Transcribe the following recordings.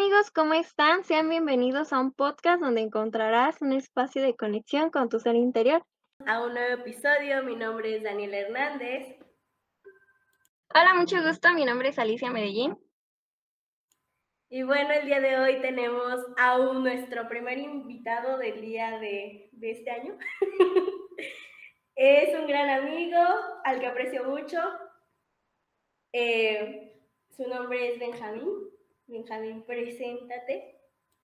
amigos, ¿cómo están? Sean bienvenidos a un podcast donde encontrarás un espacio de conexión con tu ser interior. A un nuevo episodio. Mi nombre es Daniela Hernández. Hola, mucho gusto. Mi nombre es Alicia Medellín. Y bueno, el día de hoy tenemos a nuestro primer invitado del día de este año. Es un gran amigo al que aprecio mucho. Su nombre es Benjamín. Benjamín, preséntate.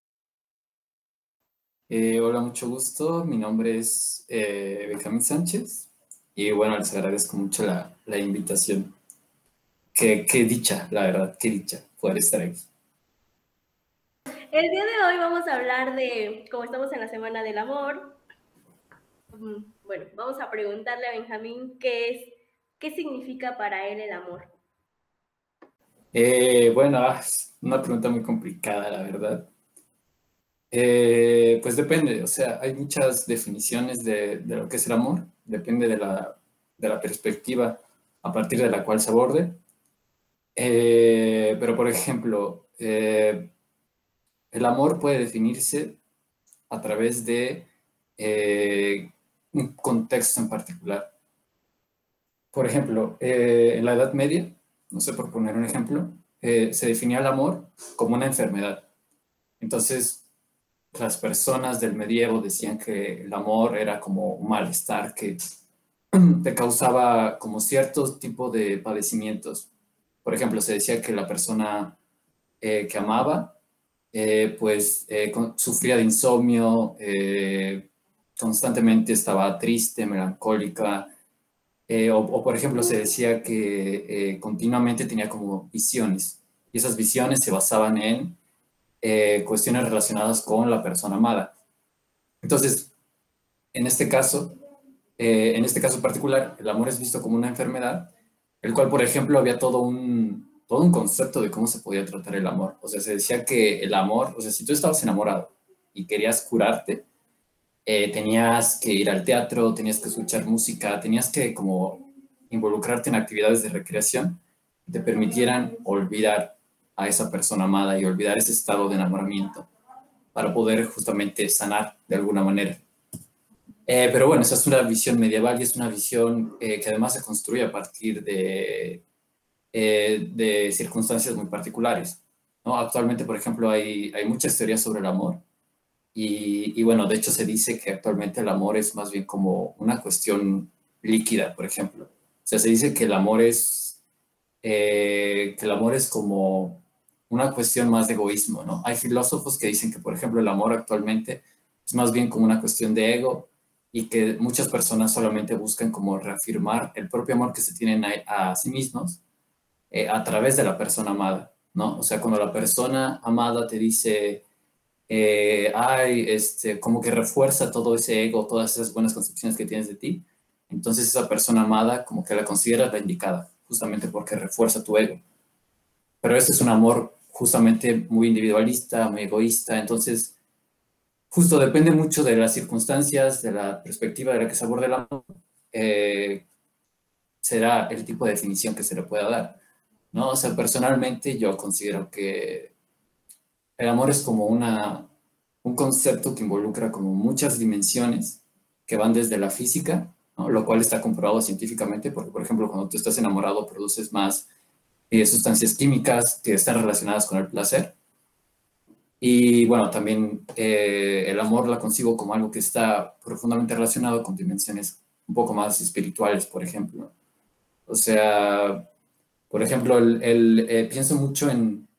Hola, mucho gusto. Mi nombre es Benjamín Sánchez y bueno, les agradezco mucho la invitación. Qué dicha, la verdad, qué dicha poder estar aquí. El día de hoy vamos a hablar de, como estamos en la Semana del Amor, bueno, vamos a preguntarle a Benjamín qué significa para él el amor. Bueno, es una pregunta muy complicada, la verdad. Pues depende, o sea, hay muchas definiciones de lo que es el amor, depende de la perspectiva a partir de la cual se aborde. Pero, por ejemplo, el amor puede definirse a través de un contexto en particular. Por ejemplo, en la Edad Media, no sé, por poner un ejemplo, se definía el amor como una enfermedad. Entonces, las personas del medievo decían que el amor era como un malestar que te causaba como cierto tipo de padecimientos. Por ejemplo, se decía que la persona que amaba sufría de insomnio, constantemente estaba triste, melancólica, o por ejemplo se decía que continuamente tenía como visiones, y esas visiones se basaban en cuestiones relacionadas con la persona amada. Entonces, en este caso, en este caso particular, el amor es visto como una enfermedad, el cual, por ejemplo, había todo un concepto de cómo se podía tratar el amor. O sea, se decía que el amor, o sea, si tú estabas enamorado y querías curarte, tenías que ir al teatro, tenías que escuchar música, tenías que como involucrarte en actividades de recreación que te permitieran olvidar a esa persona amada y olvidar ese estado de enamoramiento para poder justamente sanar de alguna manera. Pero bueno, esa es una visión medieval y es una visión que además se construye a partir de circunstancias muy particulares, ¿no? Actualmente, por ejemplo, hay muchas teorías sobre el amor y bueno, de hecho se dice que actualmente el amor es más bien como una cuestión líquida, por ejemplo. O sea, se dice que el amor es como una cuestión más de egoísmo, ¿no? Hay filósofos que dicen que, por ejemplo, el amor actualmente es más bien como una cuestión de ego y que muchas personas solamente buscan como reafirmar el propio amor que se tienen a sí mismos a través de la persona amada, ¿no? O sea, cuando la persona amada te dice, como que refuerza todo ese ego, todas esas buenas concepciones que tienes de ti, entonces esa persona amada como que la consideras la indicada, justamente porque refuerza tu ego. Pero ese es un amor justamente muy individualista, muy egoísta, entonces justo depende mucho de las circunstancias, de la perspectiva de la que se aborda el amor, eh, será el tipo de definición que se le pueda dar, ¿no? O sea, personalmente yo considero que el amor es como un concepto que involucra como muchas dimensiones que van desde la física, ¿no? Lo cual está comprobado científicamente, porque, por ejemplo, cuando tú estás enamorado produces más sustancias químicas que están relacionadas con el placer. Y bueno, también el amor la concibo como algo que está profundamente relacionado con dimensiones un poco más espirituales, por ejemplo. O sea, por ejemplo, pienso mucho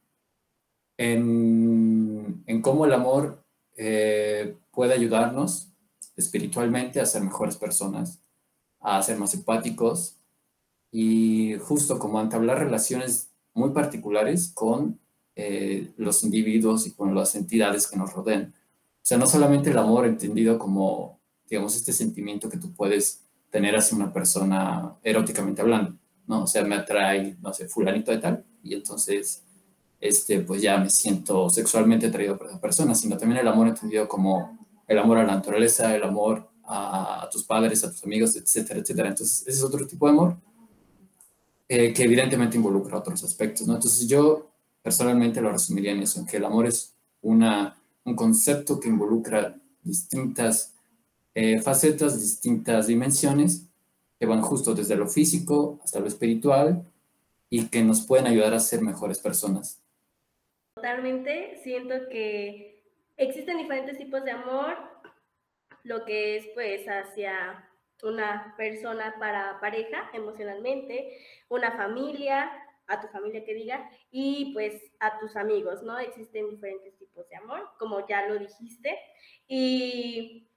en cómo el amor puede ayudarnos espiritualmente a ser mejores personas, a ser más empáticos y justo como a entablar relaciones muy particulares con los individuos y con las entidades que nos rodean. O sea, no solamente el amor entendido como, digamos, este sentimiento que tú puedes tener hacia una persona eróticamente hablando, ¿no? O sea, me atrae, no sé, fulanito de tal, y entonces, pues ya me siento sexualmente atraído por esa persona, sino también el amor entendido como el amor a la naturaleza, el amor a tus padres, a tus amigos, etcétera, etcétera. Entonces, ese es otro tipo de amor que evidentemente involucra otros aspectos, ¿no? Entonces yo personalmente lo resumiría en eso, que el amor es un concepto que involucra distintas facetas, distintas dimensiones, que van justo desde lo físico hasta lo espiritual y que nos pueden ayudar a ser mejores personas. Totalmente, siento que existen diferentes tipos de amor, lo que es pues hacia una persona para pareja emocionalmente, una familia, a tu familia que diga, y pues a tus amigos, ¿no? Existen diferentes tipos de amor, como ya lo dijiste. ¿Y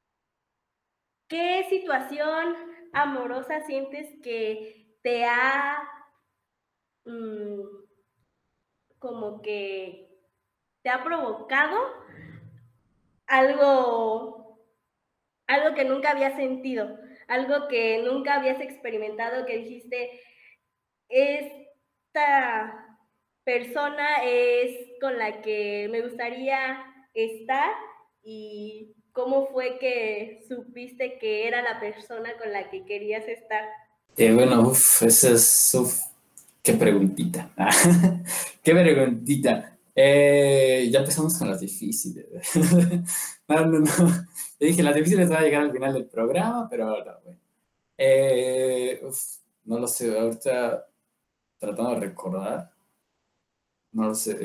qué situación amorosa sientes que te ha como que te ha provocado algo, algo que nunca habías sentido, algo que nunca habías experimentado, que dijiste, esta persona es con la que me gustaría estar? ¿Y cómo fue que supiste que era la persona con la que querías estar? Bueno, esa es, qué preguntita. Qué preguntita. Ya empezamos con las difíciles. No, no, no. Yo dije, las difíciles van a llegar al final del programa, pero no, bueno. No lo sé, ahorita tratando de recordar, no lo sé,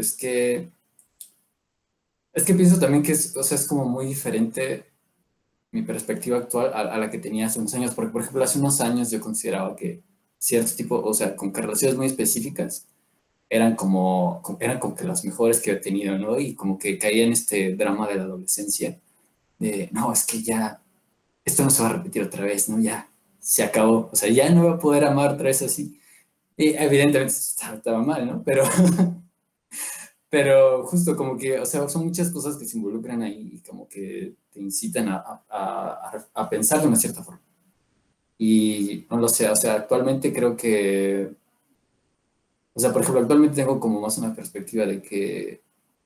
es que pienso también que es, o sea, es como muy diferente mi perspectiva actual a la que tenía hace unos años, porque por ejemplo hace unos años yo consideraba que cierto tipo, o sea, con que relaciones muy específicas eran como que las mejores que he tenido, ¿no? Y como que caía en este drama de la adolescencia, de, no, es que ya, esto no se va a repetir otra vez, ¿no? Ya, se acabó, o sea, ya no voy a poder amar otra vez así. Y evidentemente estaba mal, ¿no? Pero justo como que, o sea, son muchas cosas que se involucran ahí y como que te incitan a pensar de una cierta forma. Y no lo sé, o sea, actualmente creo que, o sea, por ejemplo, actualmente tengo como más una perspectiva de que,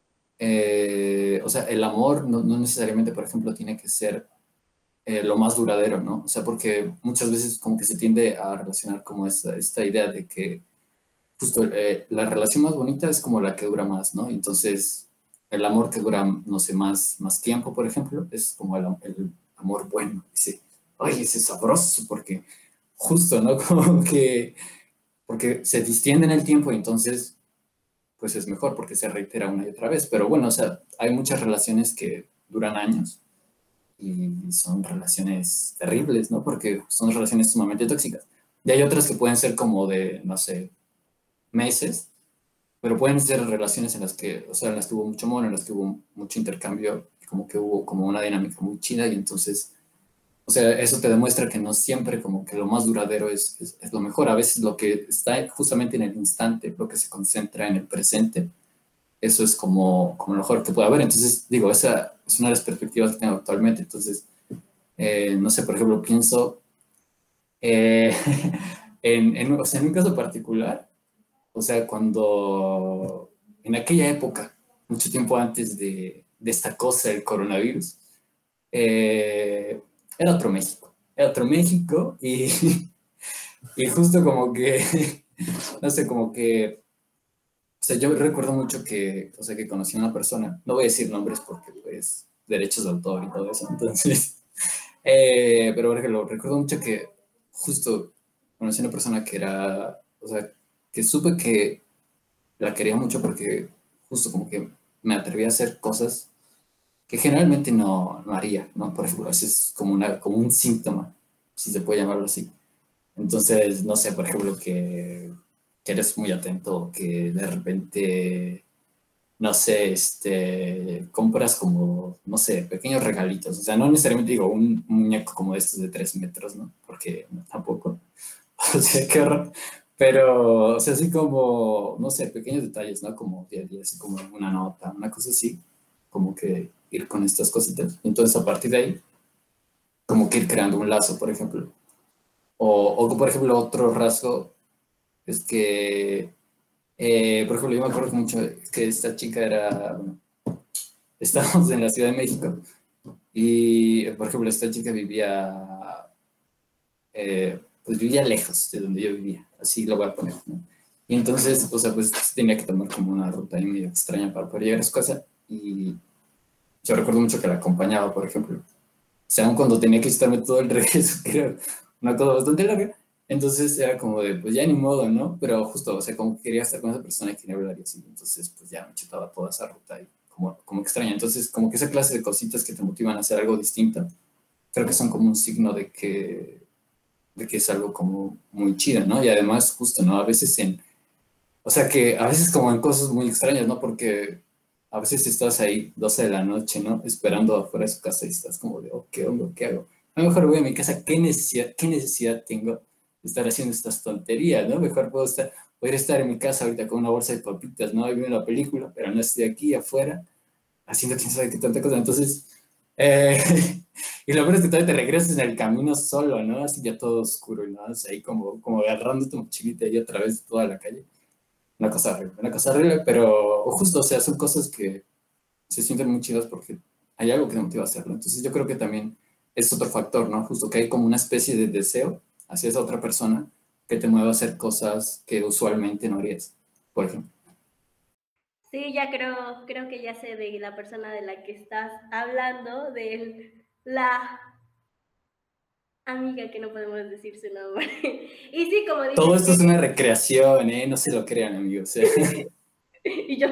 o sea, el amor no necesariamente, por ejemplo, tiene que ser lo más duradero, ¿no? O sea, porque muchas veces como que se tiende a relacionar como esta idea de que justo la relación más bonita es como la que dura más, ¿no? Entonces, el amor que dura, no sé, más tiempo, por ejemplo, es como el amor bueno. Dice, ay, ese es sabroso, porque justo, ¿no? Como que, porque se distiende en el tiempo y entonces, pues es mejor porque se reitera una y otra vez. Pero bueno, o sea, hay muchas relaciones que duran años y son relaciones terribles, ¿no? Porque son relaciones sumamente tóxicas. Y hay otras que pueden ser como de, no sé, meses, pero pueden ser relaciones en las que, o sea, en las que hubo mucho amor, en las que hubo mucho intercambio, como que hubo como una dinámica muy chida y entonces, o sea, eso te demuestra que no siempre como que lo más duradero es lo mejor. A veces lo que está justamente en el instante, lo que se concentra en el presente, eso es como lo mejor que puede haber. Entonces, digo, esa es una de las perspectivas que tengo actualmente. Entonces, no sé, por ejemplo, pienso eh, o sea, en un caso particular, o sea, cuando en aquella época, mucho tiempo antes de esta cosa del coronavirus, eh, era otro México y justo como que, no sé, como que, o sea, yo recuerdo mucho que, o sea, que conocí a una persona, no voy a decir nombres porque pues derechos de autor y todo eso, entonces, pero por ejemplo, recuerdo mucho que justo conocí a una persona que era, o sea, que supe que la quería mucho porque justo como que me atreví a hacer cosas que generalmente no haría, ¿no? Por ejemplo, eso es como un síntoma, si se puede llamarlo así. Entonces, no sé, por ejemplo, que eres muy atento, que de repente, no sé, compras como, no sé, pequeños regalitos. O sea, no necesariamente digo un muñeco como estos de 3 metros, ¿no? Porque no, tampoco. O sea, qué horror. Pero, o sea, así como, no sé, pequeños detalles, ¿no? Como día a día, así como una nota, una cosa así, como que ir con estas cositas. Entonces, a partir de ahí, como que ir creando un lazo, por ejemplo. O por ejemplo, otro rasgo es que, por ejemplo, yo me acuerdo mucho que esta chica era, bueno, estábamos en la Ciudad de México y, por ejemplo, esta chica vivía, pues vivía lejos de donde yo vivía, así lo voy a poner, ¿no? Y entonces, o sea, pues tenía que tomar como una ruta ahí medio extraña para poder llegar a su casa. Y yo recuerdo mucho que la acompañaba, por ejemplo. O sea, aun cuando tenía que estarme todo el regreso, que era una cosa bastante larga, entonces era como de, pues ya ni modo, ¿no? Pero justo, o sea, como que quería estar con esa persona y quería hablar y así. Entonces, pues ya me chutaba toda esa ruta ahí, como extraña. Entonces, como que esa clase de cositas que te motivan a hacer algo distinto, creo que son como un signo de que es algo como muy chido, ¿no? Y además, justo, ¿no? A veces o sea que a veces como en cosas muy extrañas, ¿no? Porque a veces estás ahí 12 de la noche, ¿no? Esperando afuera de su casa y estás como de, oh, ¿qué onda? ¿Qué hago? A lo mejor voy a mi casa, ¿qué necesidad tengo de estar haciendo estas tonterías, ¿no? Mejor poder estar en mi casa ahorita con una bolsa de papitas, ¿no? Ahí viendo la película, pero no estoy aquí afuera haciendo quién sabe qué tanta cosa. Entonces, eh, y lo peor es que todavía te regresas en el camino solo, ¿no? Así ya todo oscuro y nada, así como agarrando tu mochilita ahí a través de toda la calle. Una cosa horrible, pero justo, o sea, son cosas que se sienten muy chidas porque hay algo que te motiva a hacerlo. Entonces yo creo que también es otro factor, ¿no? Justo que hay como una especie de deseo hacia esa otra persona que te mueve a hacer cosas que usualmente no harías, por ejemplo. Sí, ya creo que ya sé de la persona de la que estás hablando, de la amiga que no podemos decir su nombre. Y sí, como Todo dices esto es que... una recreación, ¿eh? No se lo crean, amigos. Y yo...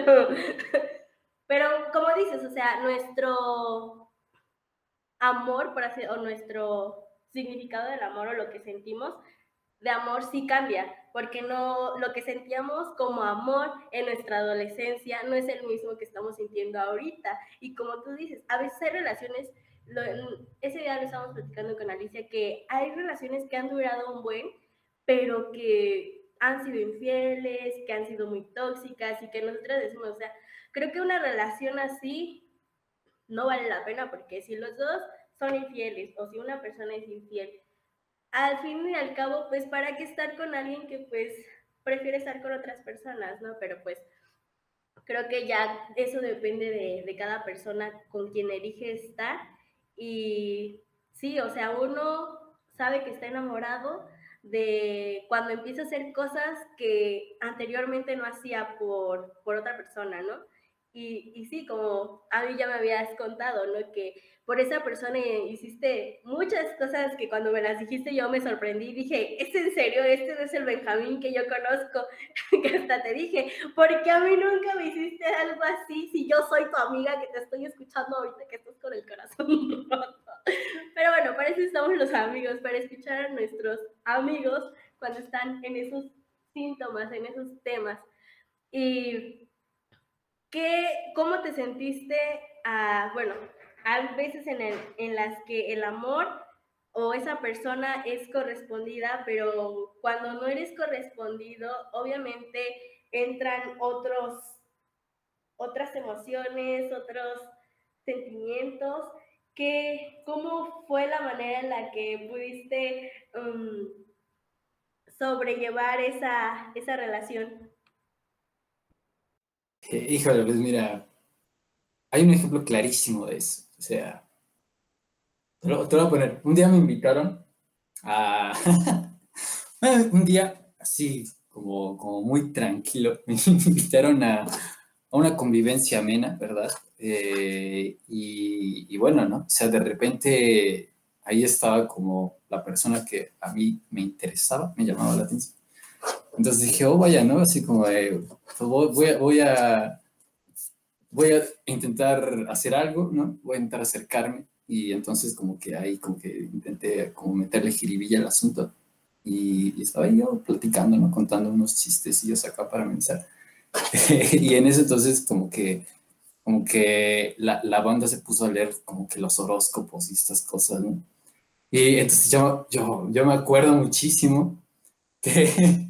Pero como dices, o sea, nuestro amor, por así, o nuestro significado del amor o lo que sentimos de amor sí cambia, porque no lo que sentíamos como amor en nuestra adolescencia no es el mismo que estamos sintiendo ahorita. Y como tú dices, a veces hay relaciones, ese día lo estábamos platicando con Alicia, que hay relaciones que han durado un buen, pero que han sido infieles, que han sido muy tóxicas y que nosotros decimos, o sea, creo que una relación así no vale la pena porque si los dos son infieles o si una persona es infiel, al fin y al cabo, pues, ¿para qué estar con alguien que, pues, prefiere estar con otras personas, ¿no? Pero, pues, creo que ya eso depende de cada persona con quien elige estar. Y sí, o sea, uno sabe que está enamorado de cuando empieza a hacer cosas que anteriormente no hacía por otra persona, ¿no? Y sí, como a mí ya me habías contado, ¿no? Que por esa persona hiciste muchas cosas que cuando me las dijiste yo me sorprendí. Dije, ¿es en serio? Este no es el Benjamín que yo conozco, que hasta te dije, porque a mí nunca me hiciste algo así si yo soy tu amiga que te estoy escuchando ahorita que estás con el corazón roto. Pero bueno, para eso estamos los amigos, para escuchar a nuestros amigos cuando están en esos síntomas, en esos temas. Y ¿cómo te sentiste? Bueno, hay veces en las que el amor o esa persona es correspondida, pero cuando no eres correspondido, obviamente entran otras emociones, otros sentimientos. ¿Cómo fue la manera en la que pudiste sobrellevar esa relación? Híjole, pues mira, hay un ejemplo clarísimo de eso. O sea, te lo voy a poner. Un día me invitaron a... un día así, como muy tranquilo, me invitaron a una convivencia amena, ¿verdad? Y bueno, ¿no? O sea, de repente ahí estaba como la persona que a mí me interesaba, me llamaba la atención. Entonces dije, oh, vaya, ¿no? Así como de, pues voy a intentar hacer algo, ¿no? Voy a intentar acercarme. Y entonces como que ahí como que intenté como meterle jiribilla al asunto. Y estaba ahí yo platicando, ¿no? Contando unos chistecillos acá para amenizar. Y en ese entonces como que la banda se puso a leer como que los horóscopos y estas cosas, ¿no? Y entonces yo me acuerdo muchísimo que,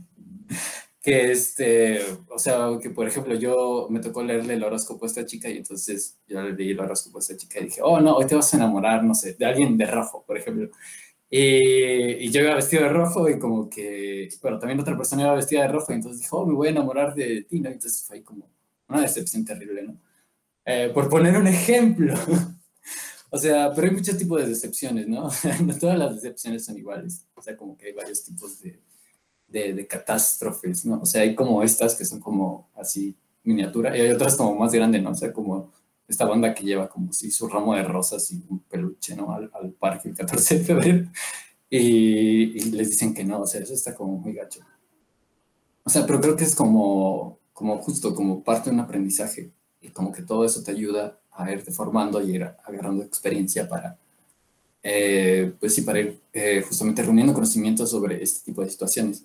o sea, que por ejemplo yo me tocó leerle el horóscopo a esta chica y entonces yo le leí el horóscopo a esta chica y dije, oh no, hoy te vas a enamorar, no sé, de alguien de rojo, por ejemplo. Y yo iba vestido de rojo y como que, pero también otra persona iba vestida de rojo y entonces dijo, oh, me voy a enamorar de ti, ¿no? Y entonces fue ahí como una decepción terrible, ¿no? Por poner un ejemplo. O sea, pero hay muchos tipos de decepciones, ¿no? No todas las decepciones son iguales. O sea, como que hay varios tipos de catástrofes, ¿no? O sea, hay como estas que son como así miniatura y hay otras como más grandes, ¿no? O sea, como esta banda que lleva como si su ramo de rosas y un peluche, ¿no? Al parque el 14 de febrero y les dicen que no, o sea, eso está como muy gacho. O sea, pero creo que es como justo, como parte de un aprendizaje y como que todo eso te ayuda a irte formando y ir agarrando experiencia para, pues sí, para ir justamente reuniendo conocimientos sobre este tipo de situaciones.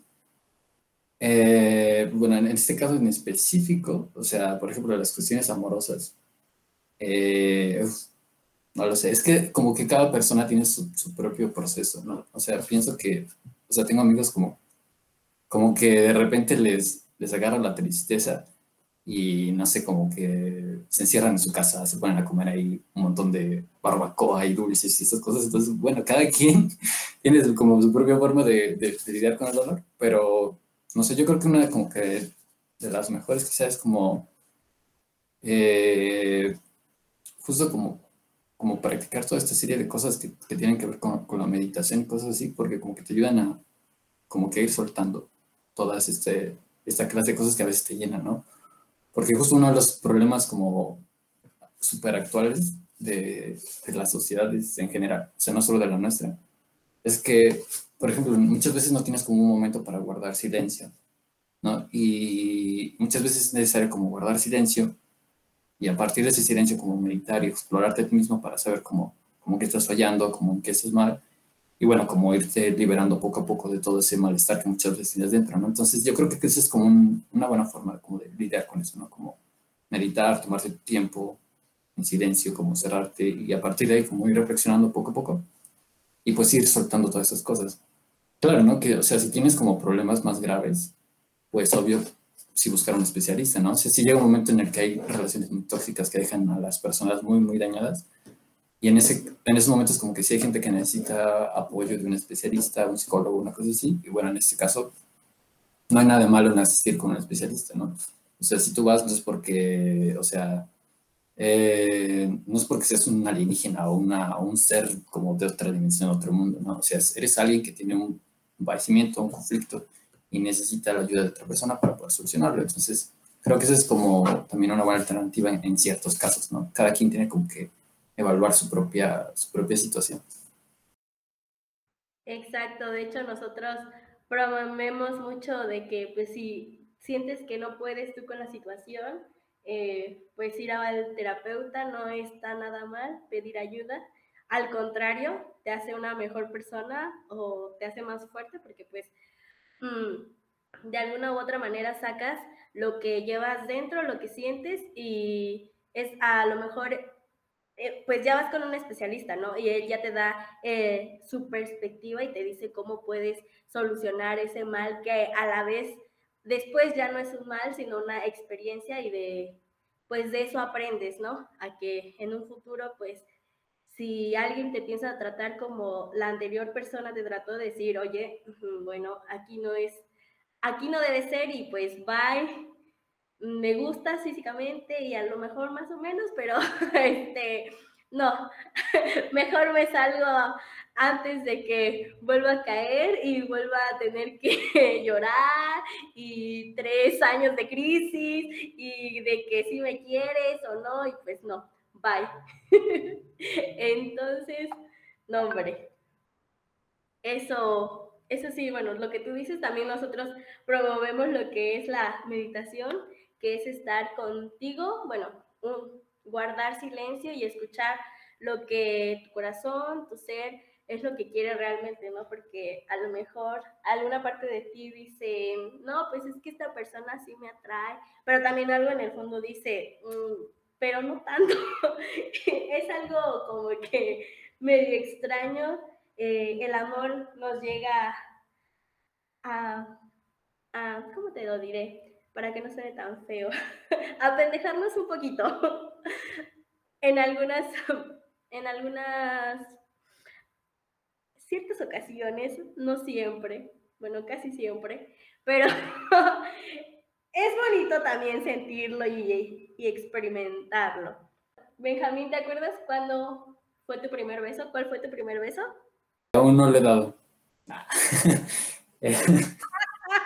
Bueno, en este caso en específico, o sea, por ejemplo, las cuestiones amorosas, no lo sé, es que como que cada persona tiene su propio proceso, ¿no? O sea, pienso que, o sea, tengo amigos como que de repente les agarra la tristeza y no sé, como que se encierran en su casa, se ponen a comer ahí un montón de barbacoa y dulces y esas cosas. Entonces, bueno, cada quien tiene como su propia forma de lidiar con el dolor, pero no sé, yo creo que una como que de las mejores quizás es como eh, justo como practicar toda esta serie de cosas que tienen que ver con la meditación y cosas así, porque como que te ayudan a como que ir soltando todas esta clase de cosas que a veces te llenan, ¿no? Porque justo uno de los problemas como súper actuales de las sociedades en general, o sea, no solo de la nuestra, es que, por ejemplo, muchas veces no tienes como un momento para guardar silencio, ¿no? Y muchas veces es necesario como guardar silencio y a partir de ese silencio como meditar y explorarte a ti mismo para saber cómo que estás fallando, cómo que estás mal y bueno, como irte liberando poco a poco de todo ese malestar que muchas veces tienes dentro, ¿no? Entonces yo creo que eso es como una buena forma como de lidiar con eso, ¿no? Como meditar, tomarte tu tiempo en silencio, como cerrarte y a partir de ahí como ir reflexionando poco a poco y pues ir soltando todas esas cosas. Claro, ¿no? Que, o sea, si tienes como problemas más graves, pues obvio, si buscar un especialista, ¿no? O sea, si llega un momento en el que hay relaciones muy tóxicas que dejan a las personas muy, muy dañadas, y en esos momentos como que sí hay gente que necesita apoyo de un especialista, un psicólogo, una cosa así, y bueno, en este caso no hay nada de malo en asistir con un especialista, ¿no? O sea, si tú vas, no es porque, o sea, no es porque seas un alienígena o un ser como de otra dimensión, otro mundo, ¿no? O sea, eres alguien que tiene un padecimiento, un conflicto y necesita la ayuda de otra persona para poder solucionarlo. Entonces, creo que eso es como también una buena alternativa en ciertos casos, ¿no? Cada quien tiene como que evaluar su propia situación. Exacto, de hecho nosotros promovemos mucho de que pues si sientes que no puedes tú con la situación, pues ir al terapeuta no está nada mal, pedir ayuda. Al contrario, te hace una mejor persona o te hace más fuerte porque pues de alguna u otra manera sacas lo que llevas dentro, lo que sientes y es a lo mejor pues ya vas con un especialista, ¿no? Y él ya te da su perspectiva y te dice cómo puedes solucionar ese mal que a la vez después ya no es un mal, sino una experiencia y pues de eso aprendes, ¿no? A que en un futuro, pues, si alguien te piensa tratar como la anterior persona te trató de decir, oye, bueno, aquí no debe ser y pues bye, me gustas físicamente y a lo mejor más o menos, pero no, mejor me salgo antes de que vuelva a caer y vuelva a tener que llorar y 3 años de crisis y de que si me quieres o no, y pues no, bye. Entonces, no, hombre, eso sí, bueno, lo que tú dices, también nosotros promovemos lo que es la meditación, que es estar contigo, bueno, guardar silencio y escuchar lo que tu corazón, tu ser, es lo que quiere realmente, ¿no? Porque a lo mejor alguna parte de ti dice, no, pues es que esta persona sí me atrae, pero también algo en el fondo dice, pero no tanto. Es algo como que medio extraño. El amor nos llega a, ¿cómo te lo diré? Para que no suene tan feo, a pendejarnos un poquito en algunas, en algunas ciertas ocasiones, no siempre, bueno, casi siempre, pero es bonito también sentirlo y experimentarlo. Benjamín, ¿te acuerdas cuándo fue tu primer beso? ¿Cuál fue tu primer beso? Aún no le he dado.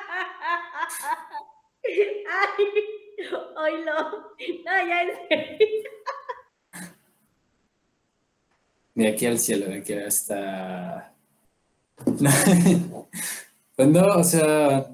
Oílo. No, ya en serio. De aquí al cielo, de aquí hasta... Pues no, o sea...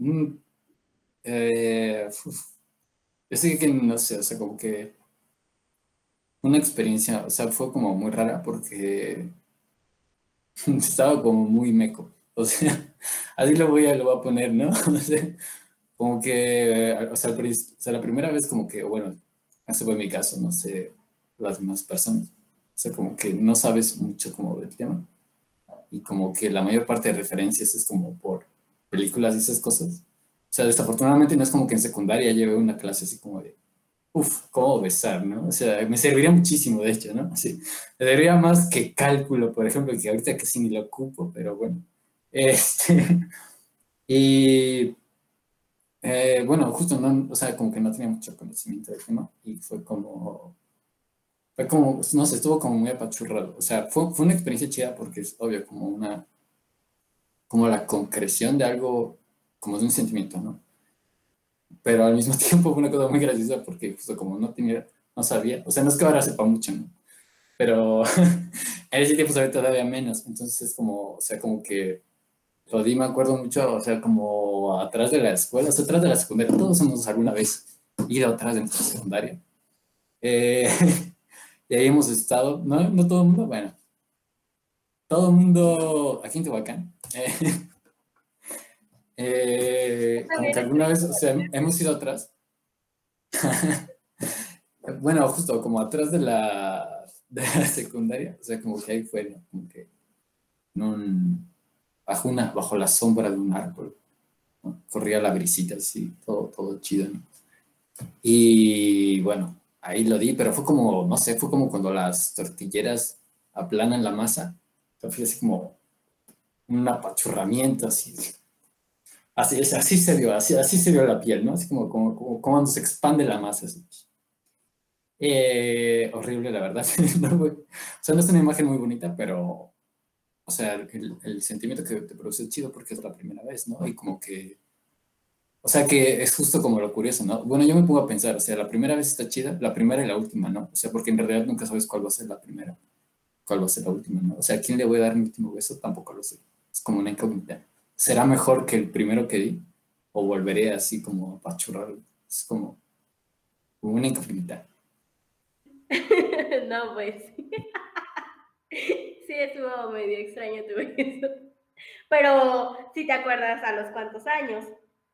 yo sé que no sé, o sea, como que una experiencia, o sea, fue como muy rara porque estaba como muy meco. O sea, así lo voy a poner, ¿no? O sea, como que, o sea, o sea, la primera vez como que, bueno, ese fue mi caso, no sé, las demás personas. O sea, como que no sabes mucho como del tema y como que la mayor parte de referencias es como por películas y esas cosas. O sea, desafortunadamente no es como que en secundaria lleve una clase así como de, uff, cómo besar, ¿no? O sea, me serviría muchísimo, de hecho, ¿no? Sí, me serviría más que cálculo, por ejemplo, que ahorita casi ni lo ocupo, pero bueno. Este, y bueno, justo no, o sea, como que no tenía mucho conocimiento del tema y fue como, no sé, estuvo como muy apachurrado. O sea, fue una experiencia chida porque es obvio, como la concreción de algo, como de un sentimiento, ¿no? Pero al mismo tiempo fue una cosa muy graciosa porque justo como no sabía, o sea, no es que ahora sepa mucho, ¿no? Pero en ese tiempo sabía todavía menos, entonces es como, o sea, como que lo di, me acuerdo mucho, o sea, como atrás de la escuela, o sea, atrás de la secundaria, todos hemos alguna vez ido atrás de nuestra secundaria. Eh, y ahí hemos estado, no, no todo el mundo, bueno, todo el mundo aquí en Tehuacán. Como que También alguna estoy. vez, o sea, hemos ido atrás. Bueno, justo como atrás de la secundaria, o sea, como que ahí fue, ¿no? Como que en bajo la sombra de un árbol, ¿no? Corría la brisita así, todo chido, ¿no? Y bueno, ahí lo di, pero fue como, no sé, fue como cuando las tortilleras aplanan la masa, o sea, fue así como un apachurramiento, así se vio, así se vio la piel, ¿no? Así como cuando se expande la masa, así. Horrible, la verdad. O sea, no es una imagen muy bonita, pero, o sea, el sentimiento que te produce es chido porque es la primera vez, ¿no? Y como que, o sea, que es justo como lo curioso, ¿no? Bueno, yo me pongo a pensar, o sea, la primera vez está chida, la primera y la última, ¿no? O sea, porque en realidad nunca sabes cuál va a ser la primera, cuál va a ser la última, ¿no? O sea, ¿a quién le voy a dar mi último beso? Tampoco lo sé. Es como una incógnita. ¿Será mejor que el primero que di? ¿O volveré así como a pachurrar? Es como una incógnita. No, pues. Sí, estuvo medio extraño tu eso. Pero si te acuerdas a los cuántos años.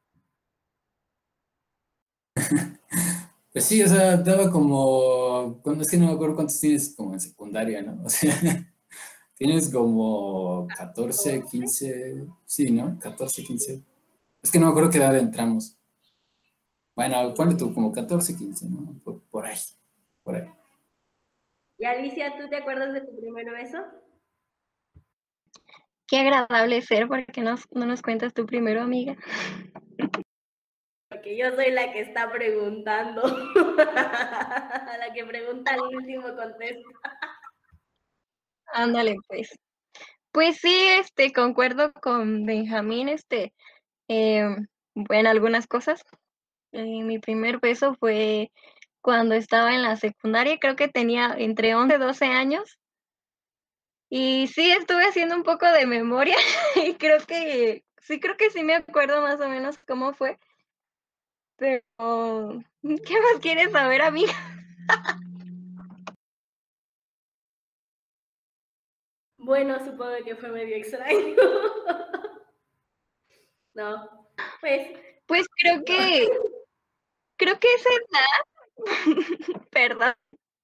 Pues sí, o sea, daba como, es que no me acuerdo cuántos tienes como en secundaria, ¿no? O sea, tienes como 14, 15, sí, ¿no? 14, 15. Es que no me acuerdo qué edad entramos. Bueno, ponle tú como 14, 15, ¿no? Por ahí, por ahí. Y Alicia, ¿tú te acuerdas de tu primer beso? Qué agradable ser, porque no nos cuentas tú primero, amiga. Porque yo soy la que está preguntando. La que pregunta al último contesta. Ándale, pues. Pues sí, concuerdo con Benjamín, en algunas cosas. Mi primer beso fue cuando estaba en la secundaria, creo que tenía entre 11 y 12 años. Y sí, estuve haciendo un poco de memoria y creo que sí me acuerdo más o menos cómo fue, pero ¿qué más quieres saber, amiga? Bueno, supongo que fue medio extraño. No, pues Pues no. creo que esa edad, perdón,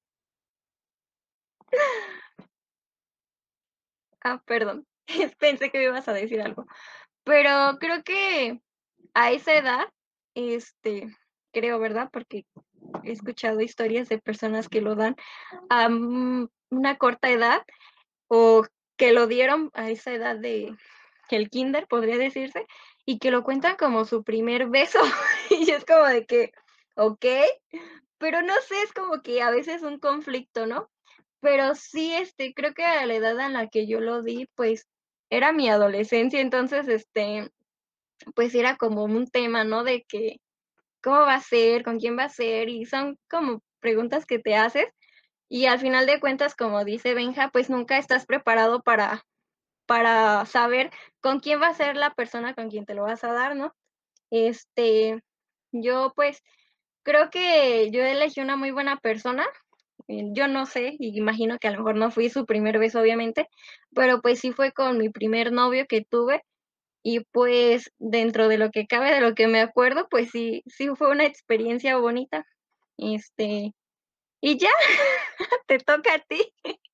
perdón, pensé que me ibas a decir algo, pero creo que a esa edad, creo, ¿verdad? Porque he escuchado historias de personas que lo dan a una corta edad o que lo dieron a esa edad de el kinder, podría decirse, y que lo cuentan como su primer beso. Y es como de que, okey, pero no sé, es como que a veces un conflicto, ¿no? Pero sí, creo que a la edad en la que yo lo di, pues, era mi adolescencia, entonces, pues, era como un tema, ¿no? De que cómo va a ser, con quién va a ser, y son como preguntas que te haces, y al final de cuentas, como dice Benja, pues nunca estás preparado para saber con quién va a ser la persona con quien te lo vas a dar, ¿no? Este, yo, pues, creo que yo elegí una muy buena persona. Yo no sé, y imagino que a lo mejor no fui su primer beso, obviamente, pero pues sí fue con mi primer novio que tuve y pues dentro de lo que cabe, de lo que me acuerdo, pues sí fue una experiencia bonita. Este, y ya, te toca a ti.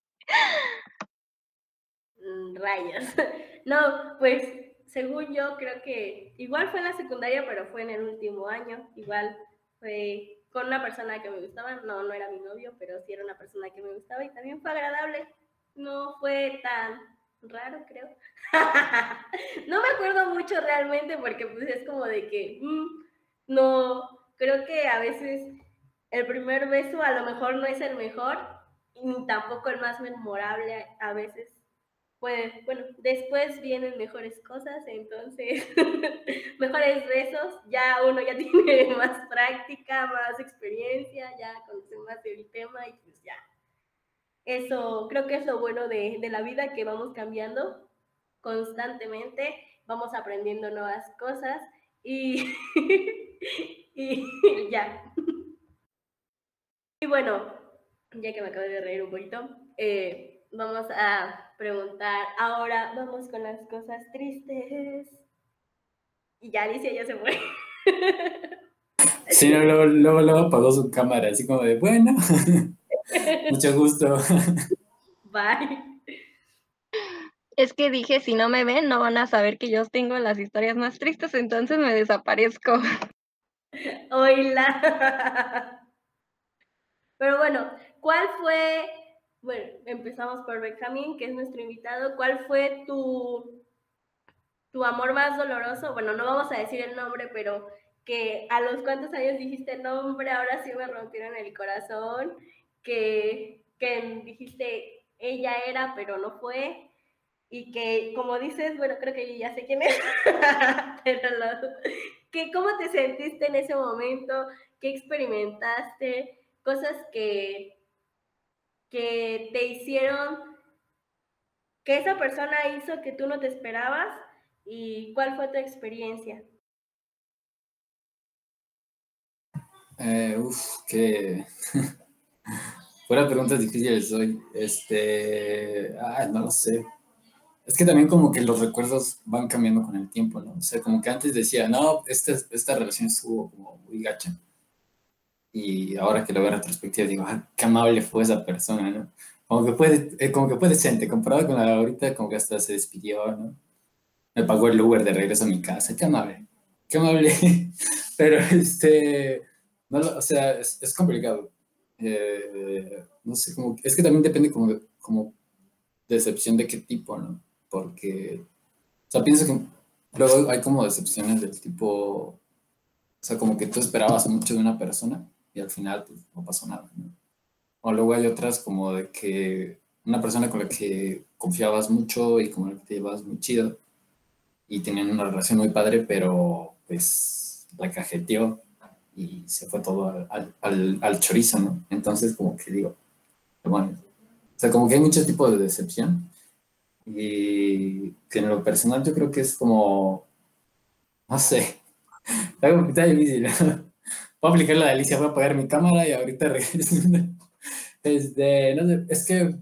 Rayos. No, pues según yo creo que igual fue en la secundaria, pero fue en el último año. Igual fue con una persona que me gustaba. No, no era mi novio, pero sí era una persona que me gustaba y también fue agradable. No fue tan raro, creo. No me acuerdo mucho realmente porque pues es como de que no, creo que a veces el primer beso a lo mejor no es el mejor ni tampoco el más memorable a veces pues bueno, después vienen mejores cosas, entonces mejores besos, ya uno ya tiene más práctica, más experiencia, ya conoce más del tema y pues ya. Eso creo que es lo bueno de la vida, que vamos cambiando constantemente, vamos aprendiendo nuevas cosas y, y ya. Y bueno, ya que me acabo de reír un poquito, vamos a preguntar, ahora vamos con las cosas tristes. Y ya Alicia ya se fue. Sí, no, luego apagó su cámara, así como de, bueno, mucho gusto. Bye. Es que dije, si no me ven, no van a saber que yo tengo las historias más tristes, entonces me desaparezco. Oila. Pero bueno, ¿cuál fue? Bueno, empezamos por Benjamín, que es nuestro invitado. ¿Cuál fue tu amor más doloroso? Bueno, no vamos a decir el nombre, pero que a los cuántos años dijiste, no, hombre, ahora sí me rompieron el corazón, que dijiste, ella era, pero no fue, y que, como dices, bueno, creo que yo ya sé quién es, pero ¿cómo te sentiste en ese momento? ¿Qué experimentaste? Cosas que te hicieron, que esa persona hizo que tú no te esperabas, y cuál fue tu experiencia. Que fuera preguntas difíciles hoy. No lo sé. Es que también como que los recuerdos van cambiando con el tiempo, ¿no? O sea, como que antes decía, no, esta relación estuvo como muy gacha. Y ahora que lo veo en retrospectiva digo, ah, qué amable fue esa persona, ¿no? Como que fue decente, comparado con la de ahorita, como que hasta se despidió, ¿no? Me pagó el Uber de regreso a mi casa, qué amable, qué amable. Pero no, o sea, es complicado. No sé, como, es que también depende como decepción de qué tipo, ¿no? Porque, o sea, pienso que luego hay como decepciones del tipo, o sea, como que tú esperabas mucho de una persona y al final pues, no pasó nada, ¿no? O luego hay otras como de que una persona con la que confiabas mucho y con la que te llevabas muy chido y tenían una relación muy padre, pero pues la cajeteó y se fue todo al chorizo, ¿no? Entonces como que digo, bueno, o sea, como que hay muchos tipos de decepción y que en lo personal yo creo que es como, no sé, está difícil. Voy a aplicar la de Alicia, voy a apagar mi cámara y ahorita regreso. No sé, es que,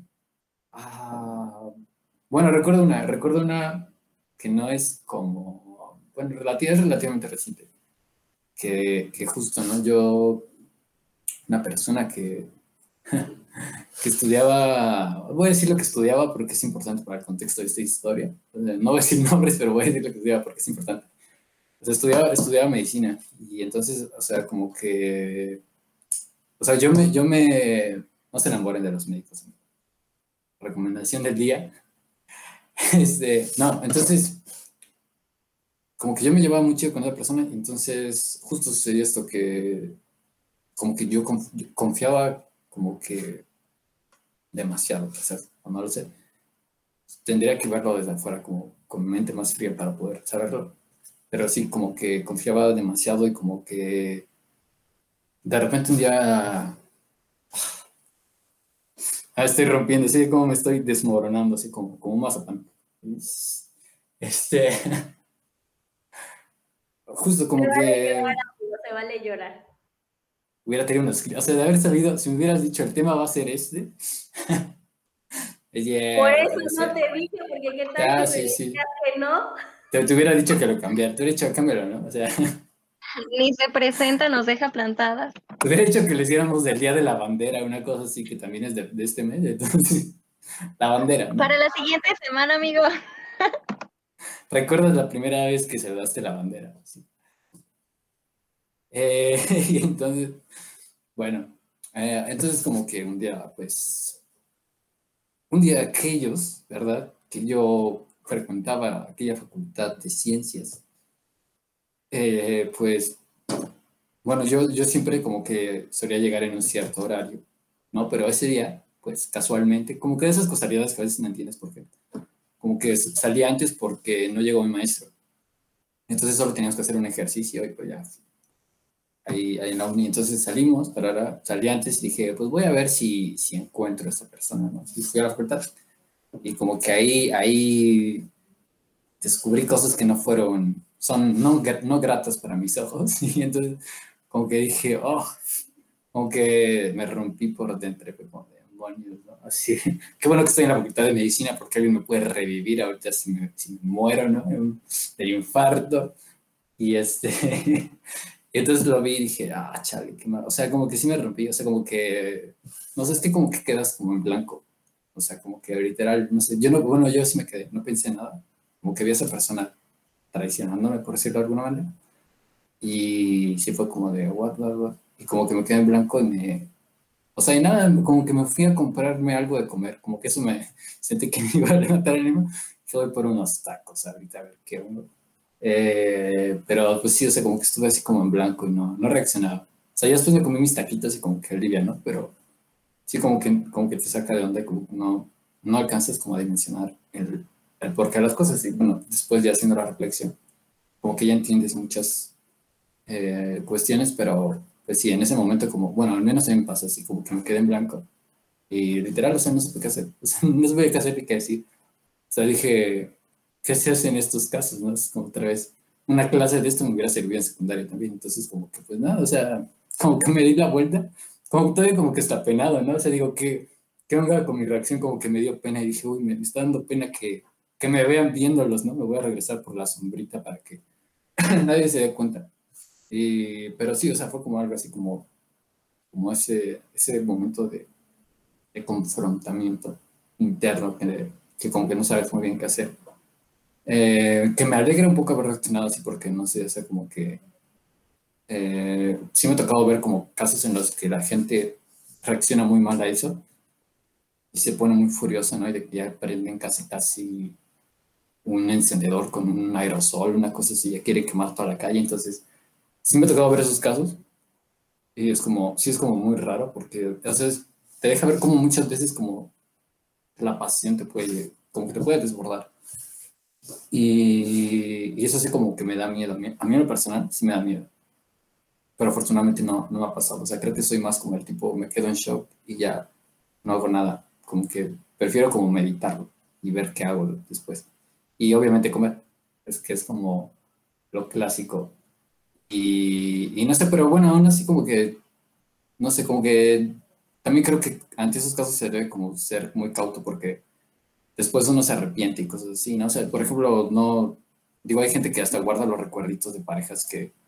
bueno, recuerdo una que no es como, bueno, es relativamente reciente, que justo, ¿no? Yo, una persona que estudiaba, voy a decir lo que estudiaba porque es importante para el contexto de esta historia. No voy a decir nombres, pero voy a decir lo que estudiaba porque es importante. O sea, estudiaba medicina y entonces, o sea, como que, o sea, no se enamoren de los médicos. Recomendación del día. No, entonces, como que yo me llevaba mucho con esa persona, entonces justo sucedió esto que, como que yo confiaba como que demasiado, quizás, o no lo sé. Tendría que verlo desde afuera, como con mi mente más fría para poder saberlo. Pero sí, como que confiaba demasiado y como que de repente un día estoy rompiendo, así como me estoy desmoronando, así como un mazapán. Este, justo Se como vale que llorar, amigo, se vale llorar. hubiera tenido unos, o sea, de haber sabido, si me hubieras dicho el tema va a ser este, es Por hierro, eso o no sea, te dije, porque qué tal ya, si me sí, sí. decías que no. Te hubiera dicho que lo cambiara, te hubiera dicho cámbialo, ¿no? O sea, Ni se presenta, nos deja plantadas. te hubiera dicho que le hiciéramos del Día de la Bandera, una cosa así que también es de este mes, entonces, la bandera, ¿no? Para la siguiente semana, amigo. ¿Recuerdas la primera vez que saludaste la bandera? Sí. Y entonces, bueno, entonces como que un día aquellos, ¿verdad? Que yo frecuentaba aquella facultad de ciencias, pues, bueno, yo siempre como que solía llegar en un cierto horario, ¿no? Pero ese día, pues casualmente, como que de esas casualidades que a veces no entiendes por qué, como que salí antes porque no llegó mi maestro. Entonces solo teníamos que hacer un ejercicio y pues ya ahí en la uni. Entonces salimos, salí antes y dije, pues voy a ver si encuentro a esta persona, ¿no? Y fui a la facultad y como que ahí descubrí cosas que no fueron, son no gratas para mis ojos. Y entonces como que dije, oh, como que me rompí por dentro, fue como de demonios, ¿no? Así, qué bueno que estoy en la facultad de medicina porque alguien me puede revivir ahorita si me muero, ¿no? De infarto. Y y entonces lo vi y dije, ah, chale, qué mal. O sea, como que sí me rompí, o sea, como que, no sé, es que como que quedas como en blanco. O sea, como que literal, no sé, yo no, bueno, yo sí me quedé, no pensé en nada. Como que vi a esa persona traicionándome, por decirlo de alguna manera. Y sí fue como de, what. Y como que me quedé en blanco y o sea, y nada, como que me fui a comprarme algo de comer. Como que eso me sentí que me iba a levantar el ánimo. Fui por unos tacos ahorita a ver qué uno. Pero pues sí, o sea, como que estuve así como en blanco y no reaccionaba. O sea, ya después me comí mis taquitos y como que alivia, ¿no? Pero sí como que te saca de onda y como que no alcanzas como a dimensionar el porqué de las cosas. Y bueno, después ya haciendo la reflexión, como que ya entiendes muchas cuestiones, pero pues sí, en ese momento como, bueno, al menos a mí me pasa así, como que me quedé en blanco. Y literal, o sea, no supe qué hacer. O sea, no supe qué hacer ni qué decir. O sea, dije, ¿qué se hace en estos casos? ¿No? Es como otra vez, una clase de esto me hubiera servido en secundaria también. Entonces, como que, pues nada, o sea, como que me di la vuelta, como que todavía como que está penado, ¿no? O sea, digo, ¿qué onda con mi reacción? Como que me dio pena y dije, uy, me está dando pena que me vean viéndolos, ¿no? Me voy a regresar por la sombrita para que nadie se dé cuenta. Pero sí, o sea, fue como algo así como ese momento de confrontamiento interno que como que no sabes muy bien qué hacer. Que me alegra un poco haber reaccionado así porque no sé, o sea, como que sí me ha tocado ver como casos en los que la gente reacciona muy mal a eso y se pone muy furiosa, ¿no? Y de que ya prenden casi un encendedor con un aerosol, una cosa así, ya quiere quemar toda la calle. Entonces, sí me ha tocado ver esos casos y sí es como muy raro porque, o sea, te deja ver como muchas veces como la pasión como que te puede desbordar. Y eso sí como que me da miedo. A mí en lo personal sí me da miedo. Pero afortunadamente no me ha pasado. O sea, creo que soy más como el tipo, me quedo en shock y ya no hago nada. Como que prefiero como meditarlo y ver qué hago después. Y obviamente comer. Es que es como lo clásico. Y no sé, pero bueno, aún así como que, no sé, como que también creo que ante esos casos se debe como ser muy cauto porque después uno se arrepiente y cosas así, ¿no? O sea, por ejemplo, no, digo, hay gente que hasta guarda los recuerditos de parejas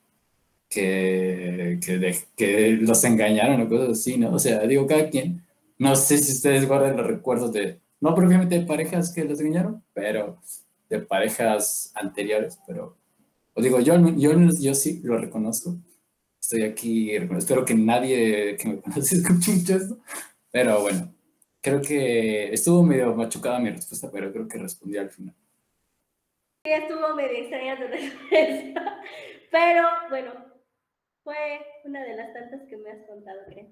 que los engañaron o cosas así, ¿no? O sea, digo, cada quien, no sé si ustedes guardan los recuerdos no propiamente de parejas que los engañaron, pero de parejas anteriores, pero, os digo, yo sí lo reconozco. Estoy aquí, espero que nadie que me conoce escuche mucho esto, pero bueno, creo que estuvo medio machucada mi respuesta, pero creo que respondí al final. Sí, estuvo medio extraña tu respuesta, pero bueno, fue una de las tantas que me has contado, creo.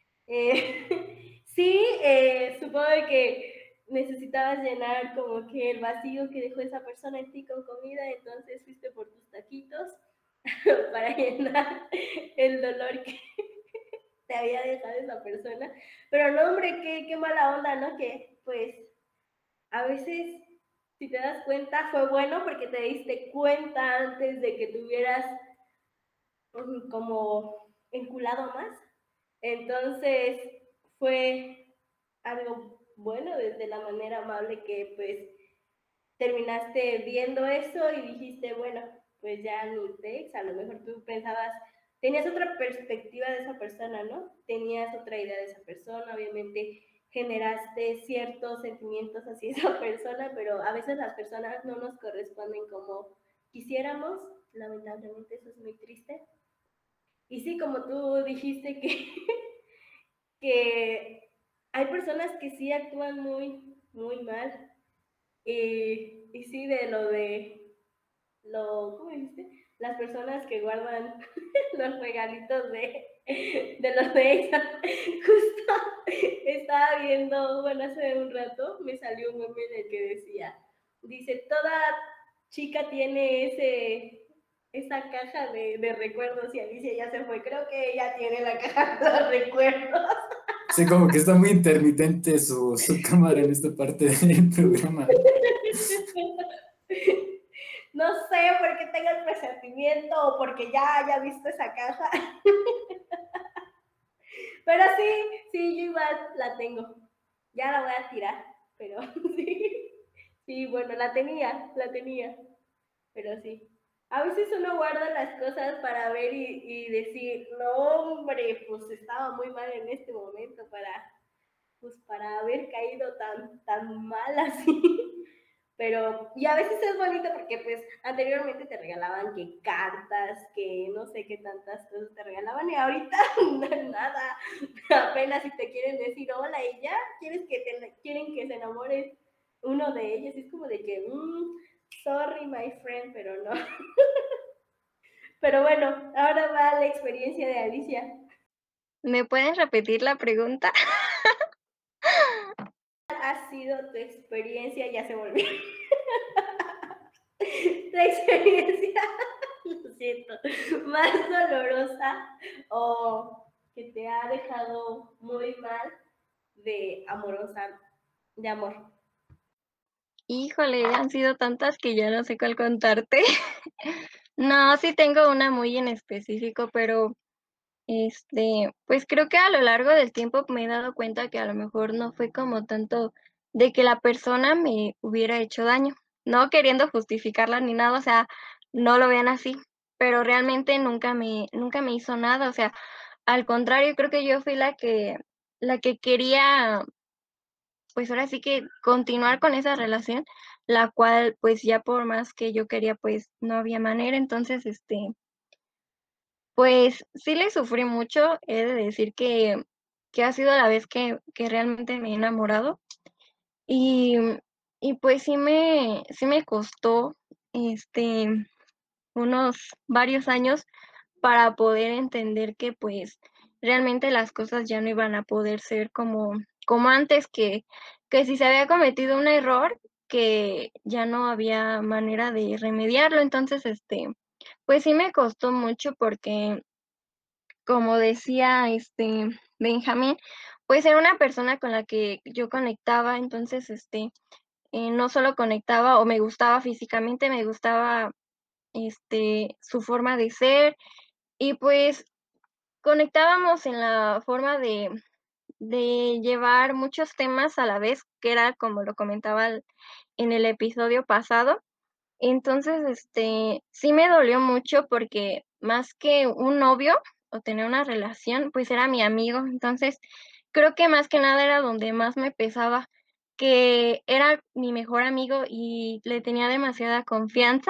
Sí, supongo que necesitabas llenar como que el vacío que dejó esa persona en ti con comida, entonces fuiste por tus taquitos para llenar el dolor te había dejado esa persona. Pero no, hombre, qué mala onda, ¿no? Que pues a veces, si te das cuenta, fue bueno porque te diste cuenta antes de que tuvieras como enculado más. Entonces fue algo bueno desde la manera amable que pues terminaste viendo eso y dijiste, bueno, pues ya ni pex, a lo mejor tú pensabas, tenías otra perspectiva de esa persona, ¿no? Tenías otra idea de esa persona, obviamente generaste ciertos sentimientos hacia esa persona, pero a veces las personas no nos corresponden como quisiéramos, lamentablemente eso es muy triste. Y sí, como tú dijiste que hay personas que sí actúan muy mal. Y sí, ¿cómo dijiste? Las personas que guardan los regalitos de los de ella. Justo estaba viendo, bueno, hace un rato me salió un meme en el que dice, toda chica tiene esa caja de recuerdos y Alicia ya se fue. Creo que ella tiene la caja de los recuerdos. Sí, como que está muy intermitente su cámara en esta parte del programa. No sé por qué tengo el presentimiento o porque ya haya visto esa caja. Pero sí, yo igual la tengo. Ya la voy a tirar, pero sí. Sí, bueno, la tenía. Pero sí. A veces uno guarda las cosas para ver y decir, no, hombre, pues estaba muy mal en este momento para haber caído tan mal así. Pero, y a veces es bonito porque pues anteriormente te regalaban que cartas, que no sé qué tantas cosas te regalaban y ahorita nada, apenas si te quieren decir hola y ya, quieren que se enamore uno de ellos, y es como de que, sorry my friend, pero no. Pero bueno, ahora va la experiencia de Alicia. ¿Me pueden repetir la pregunta? ¿Cuál ha sido tu experiencia? Ya se volvió. La experiencia, lo siento, más dolorosa o que te ha dejado muy mal de amor. Híjole, han sido tantas que ya no sé cuál contarte. No, sí tengo una muy en específico, pero, pues creo que a lo largo del tiempo me he dado cuenta que a lo mejor no fue como tanto de que la persona me hubiera hecho daño, no queriendo justificarla ni nada, o sea, no lo vean así, pero realmente nunca me hizo nada, o sea, al contrario, creo que yo fui la que quería, pues ahora sí que continuar con esa relación, la cual, pues ya por más que yo quería, pues no había manera. Entonces, pues sí le sufrí mucho, he de decir que ha sido la vez que realmente me he enamorado. Y, y pues sí me costó, este, unos varios años para poder entender que, pues, realmente las cosas ya no iban a poder ser como antes, que si se había cometido un error, que ya no había manera de remediarlo. Entonces, pues sí me costó mucho porque, como decía, Benjamín, pues era una persona con la que yo conectaba. Entonces, no solo conectaba o me gustaba físicamente, me gustaba, su forma de ser y, pues, conectábamos en la forma de llevar muchos temas a la vez, que era como lo comentaba en el episodio pasado. Entonces, sí me dolió mucho porque más que un novio o tener una relación, pues era mi amigo. Entonces, creo que más que nada era donde más me pesaba, que era mi mejor amigo y le tenía demasiada confianza.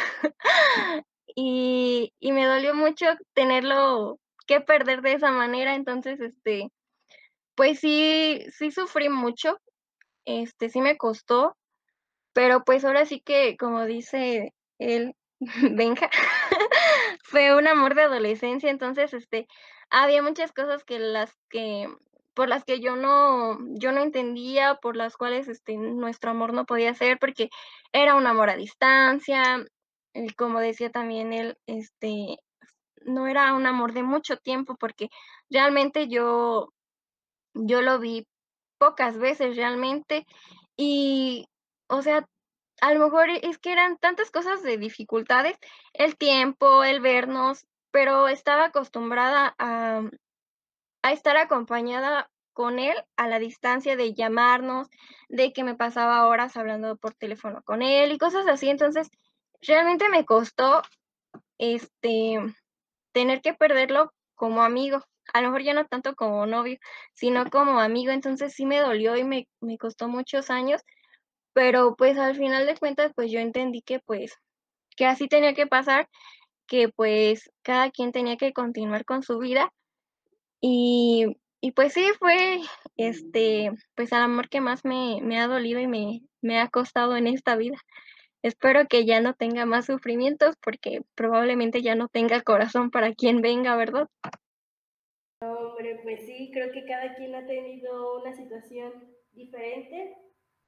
Y me dolió mucho tenerlo que perder de esa manera. Entonces, pues sí sufrí mucho, sí me costó, pero, pues, ahora sí que, como dice él, Benja, fue un amor de adolescencia. Entonces, había muchas cosas por las que yo no entendía, por las cuales, nuestro amor no podía ser, porque era un amor a distancia. Y como decía también él, no era un amor de mucho tiempo, porque realmente yo lo vi pocas veces realmente y, o sea, a lo mejor es que eran tantas cosas de dificultades, el tiempo, el vernos, pero estaba acostumbrada a estar acompañada con él a la distancia de llamarnos, de que me pasaba horas hablando por teléfono con él y cosas así. Entonces, realmente me costó, este, tener que perderlo como amigo. A lo mejor ya no tanto como novio, sino como amigo. Entonces, sí me dolió y me costó muchos años, pero, pues, al final de cuentas, pues, yo entendí que, pues, que así tenía que pasar, que, pues, cada quien tenía que continuar con su vida. Y pues sí, fue, pues, el amor que más me ha dolido y me ha costado en esta vida. Espero que ya no tenga más sufrimientos, porque probablemente ya no tenga corazón para quien venga, ¿verdad? Hombre, pues sí, creo que cada quien ha tenido una situación diferente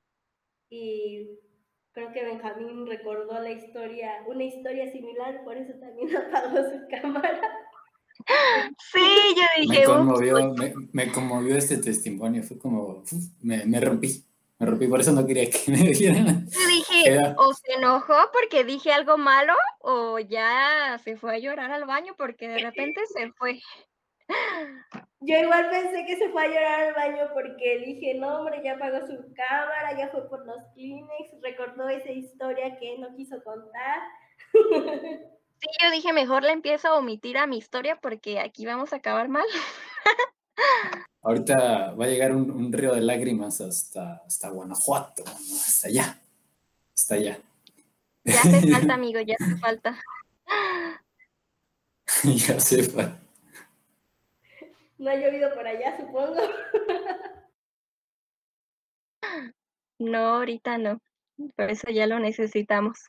y creo que Benjamín recordó una historia similar, por eso también apagó su cámara. Sí, yo Me dije: "Ups". conmovió, me conmovió este testimonio, fue como, me rompí, por eso no quería que me vieran. Yo dije: Era, "O se enojó porque dije algo malo, o ya se fue a llorar al baño", porque de repente se fue. Yo igual pensé que se fue a llorar al baño porque dije, no, hombre, ya apagó su cámara, ya fue por los Kleenex, recordó esa historia que no quiso contar. Sí, yo dije: "Mejor le empiezo a omitir a mi historia, porque aquí vamos a acabar mal". ahorita va a llegar un río de lágrimas hasta Guanajuato, ¿no? Hasta allá. Ya hace falta, amigo, ya hace falta. Ya sepa. No ha llovido por allá, supongo. No, ahorita no, por eso ya lo necesitamos.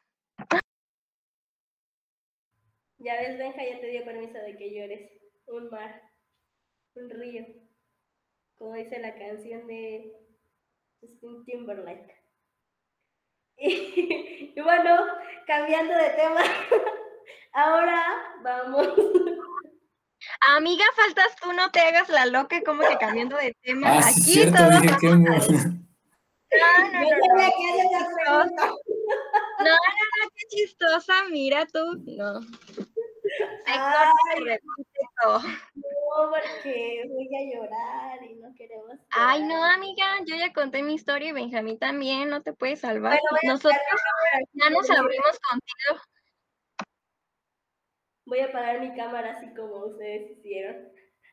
Ya ves, Benja ya te dio permiso de que llores. Un mar, un río, como dice la canción de Justin Timberlake. Y bueno, cambiando de tema, ahora vamos. Amiga, faltas tú, no te hagas la loca, como que cambiando de tema. Ah, sí, es Aquí cierto, todos dije que vamos a decir. No, no, Yo no, no, sabía que qué hacer la chistosa. pregunta. No, no, no, qué chistosa, mira tú. No, se corta y se Ay, repite todo. no, porque voy a llorar y no queremos Ay, no, llorar. amiga, yo ya conté mi historia y Benjamín también, no te puedes salvar. Bueno, Nosotros ya nos así, abrimos contigo. voy a apagar mi cámara así como ustedes hicieron.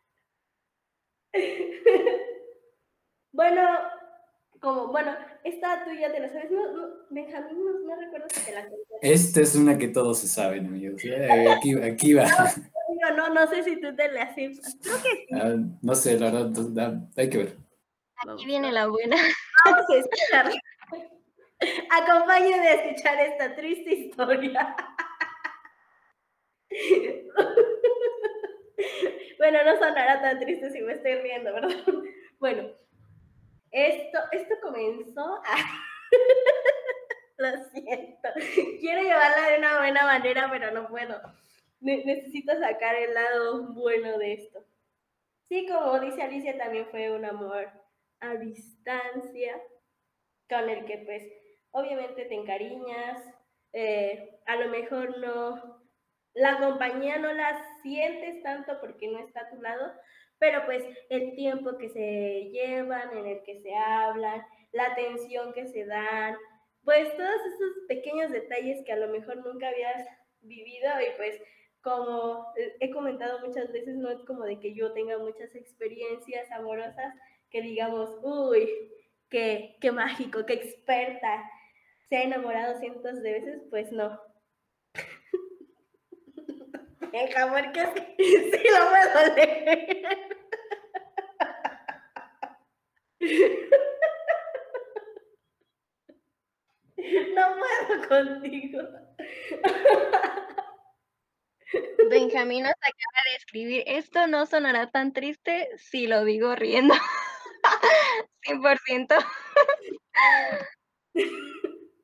Bueno, bueno, esta tú ya te la sabes. Benjamín, no recuerdo si te la conté. esta es una que todos se saben, amigos. Aquí va. No sé si tú te la sepas. Creo que sí. Ah, no sé, la verdad, hay que ver. Aquí viene la buena. Vamos a escucharla. Acompáñenme a escuchar esta triste historia. Bueno, no sonará tan triste si me estoy riendo, ¿verdad? Bueno, esto comenzó. Lo siento. Quiero llevarla de una buena manera, pero no puedo. Necesito sacar el lado bueno de esto. Sí, como dice Alicia, también fue un amor a distancia, con el que pues obviamente te encariñas, a lo mejor no, la compañía no la sientes tanto porque no está a tu lado, pero pues el tiempo que se llevan, en el que se hablan, la atención que se dan, pues todos esos pequeños detalles que a lo mejor nunca habías vivido y pues como he comentado muchas veces, no es como de que yo tenga muchas experiencias amorosas que digamos, uy, qué mágico, qué experta, se ha enamorado cientos de veces, pues no. El jamón que sí lo puedo leer. No puedo contigo. Benjamín nos acaba de escribir, esto no sonará tan triste si lo digo riendo. 100%.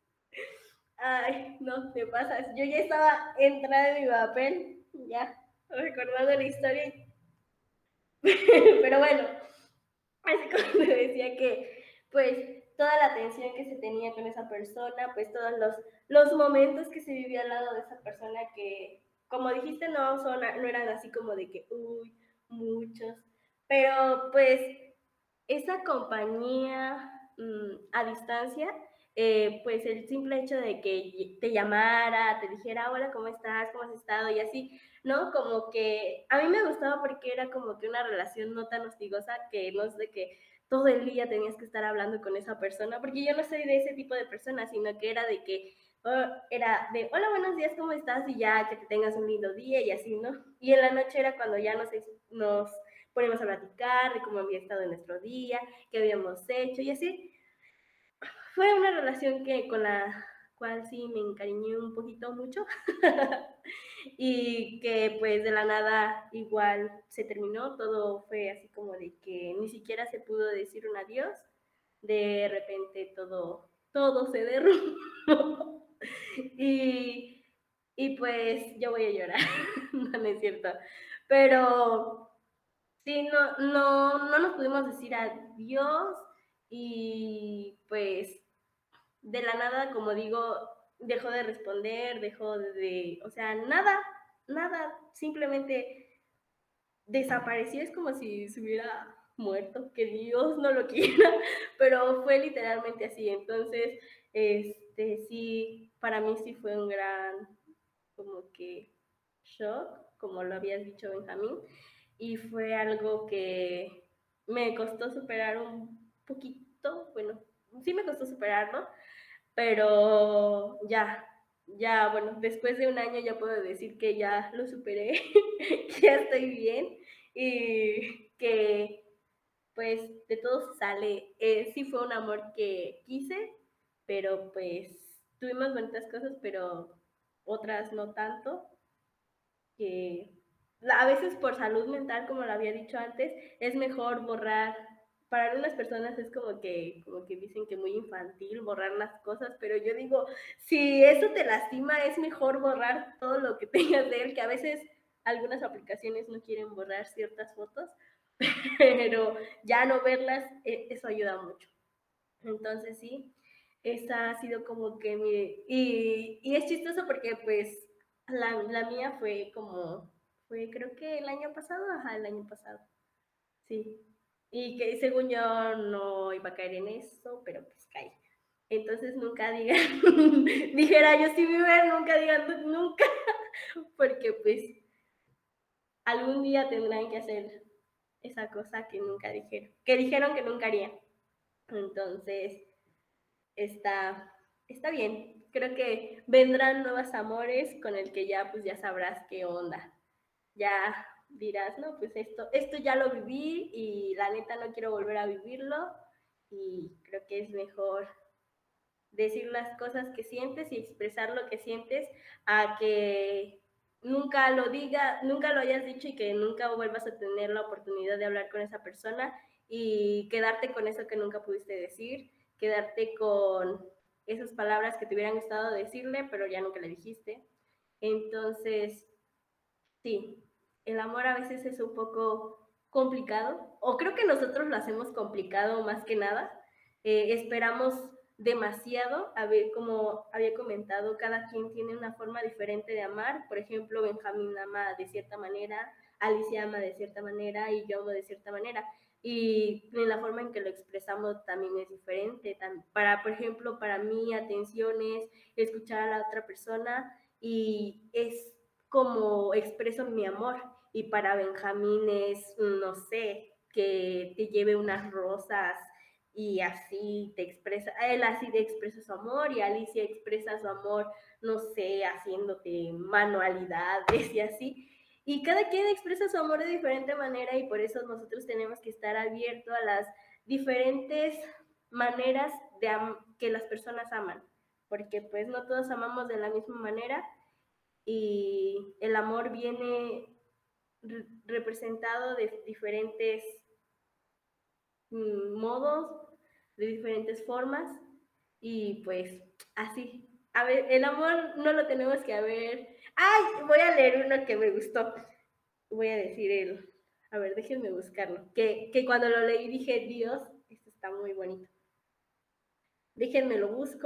Ay, no, te pasas. Yo ya estaba entrada en mi papel. Ya. recordando la historia. Pero bueno, así como te decía que, pues, toda la atención que se tenía con esa persona, pues, todos los momentos que se vivía al lado de esa persona que, como dijiste, no eran así como de que, uy, muchos, pero, pues, esa compañía a distancia, pues el simple hecho de que te llamara, te dijera, hola, ¿cómo estás? ¿Cómo has estado? Y así, ¿no? Como que a mí me gustaba porque era como que una relación no tan hostigosa, que no es de que todo el día tenías que estar hablando con esa persona, porque yo no soy de ese tipo de persona, sino que era de que era de, hola, buenos días, ¿cómo estás? Y ya, que te tengas un lindo día y así, ¿no? Y en la noche era cuando ya nos ponemos a platicar de cómo había estado en nuestro día, qué habíamos hecho y así. Fue una relación que con la cual sí me encariñé un poquito mucho y que pues de la nada igual se terminó, todo fue así como de que ni siquiera se pudo decir un adiós, de repente todo se derrumbó y, y pues yo voy a llorar, no es cierto, pero sí, no nos pudimos decir adiós y pues de la nada, como digo, dejó de responder, o sea, nada, simplemente desapareció, es como si se hubiera muerto, que Dios no lo quiera, pero fue literalmente así. Entonces, sí, para mí sí fue un gran, como que, shock, como lo habías dicho, Benjamín, y fue algo que me costó superar un poquito, bueno, sí me costó superarlo, pero bueno, después de un año ya puedo decir que ya lo superé, que ya estoy bien y que pues de todo sale. Sí fue un amor que quise, pero pues tuvimos bonitas cosas, pero otras no tanto, que a veces por salud mental, como lo había dicho antes, es mejor borrar. Para algunas personas es como que dicen que muy infantil borrar las cosas, pero yo digo, si eso te lastima, es mejor borrar todo lo que tengas de él, que a veces algunas aplicaciones no quieren borrar ciertas fotos, pero ya no verlas, eso ayuda mucho. Entonces sí, esa ha sido como que y es chistoso porque pues la mía fue creo que el año pasado, ajá, el año pasado, sí. Y que según yo no iba a caer en eso, pero pues caí. Entonces nunca digan, dijera yo, si viven, nunca digan nunca, porque pues algún día tendrán que hacer esa cosa que nunca dijeron, que dijeron que nunca harían. Entonces, está bien. Creo que vendrán nuevos amores con el que ya pues ya sabrás qué onda. Ya dirás, no, pues esto ya lo viví y la neta no quiero volver a vivirlo y creo que es mejor decir las cosas que sientes y expresar lo que sientes a que nunca nunca lo hayas dicho y que nunca vuelvas a tener la oportunidad de hablar con esa persona y quedarte con eso que nunca pudiste decir, quedarte con esas palabras que te hubieran gustado decirle, pero ya nunca le dijiste. Entonces, sí, el amor a veces es un poco complicado, o creo que nosotros lo hacemos complicado más que nada. Esperamos demasiado, a ver, como había comentado, cada quien tiene una forma diferente de amar. Por ejemplo, Benjamín ama de cierta manera, Alicia ama de cierta manera y yo amo de cierta manera. Y la forma en que lo expresamos también es diferente. Por ejemplo, para mí, atención es escuchar a la otra persona y es como expreso mi amor. Y para Benjamín es, no sé, que te lleve unas rosas y así te expresa, él así te expresa su amor y Alicia expresa su amor, no sé, haciéndote manualidades y así. Y cada quien expresa su amor de diferente manera y por eso nosotros tenemos que estar abiertos a las diferentes maneras que las personas aman, porque pues no todos amamos de la misma manera y el amor viene representado de diferentes modos, de diferentes formas y pues así. A ver, el amor no lo tenemos que ver. ¡Ay! Voy a leer uno que me gustó. voy a decir a ver, déjenme buscarlo, que cuando lo leí dije, Dios, esto está muy bonito. Déjenme, lo busco.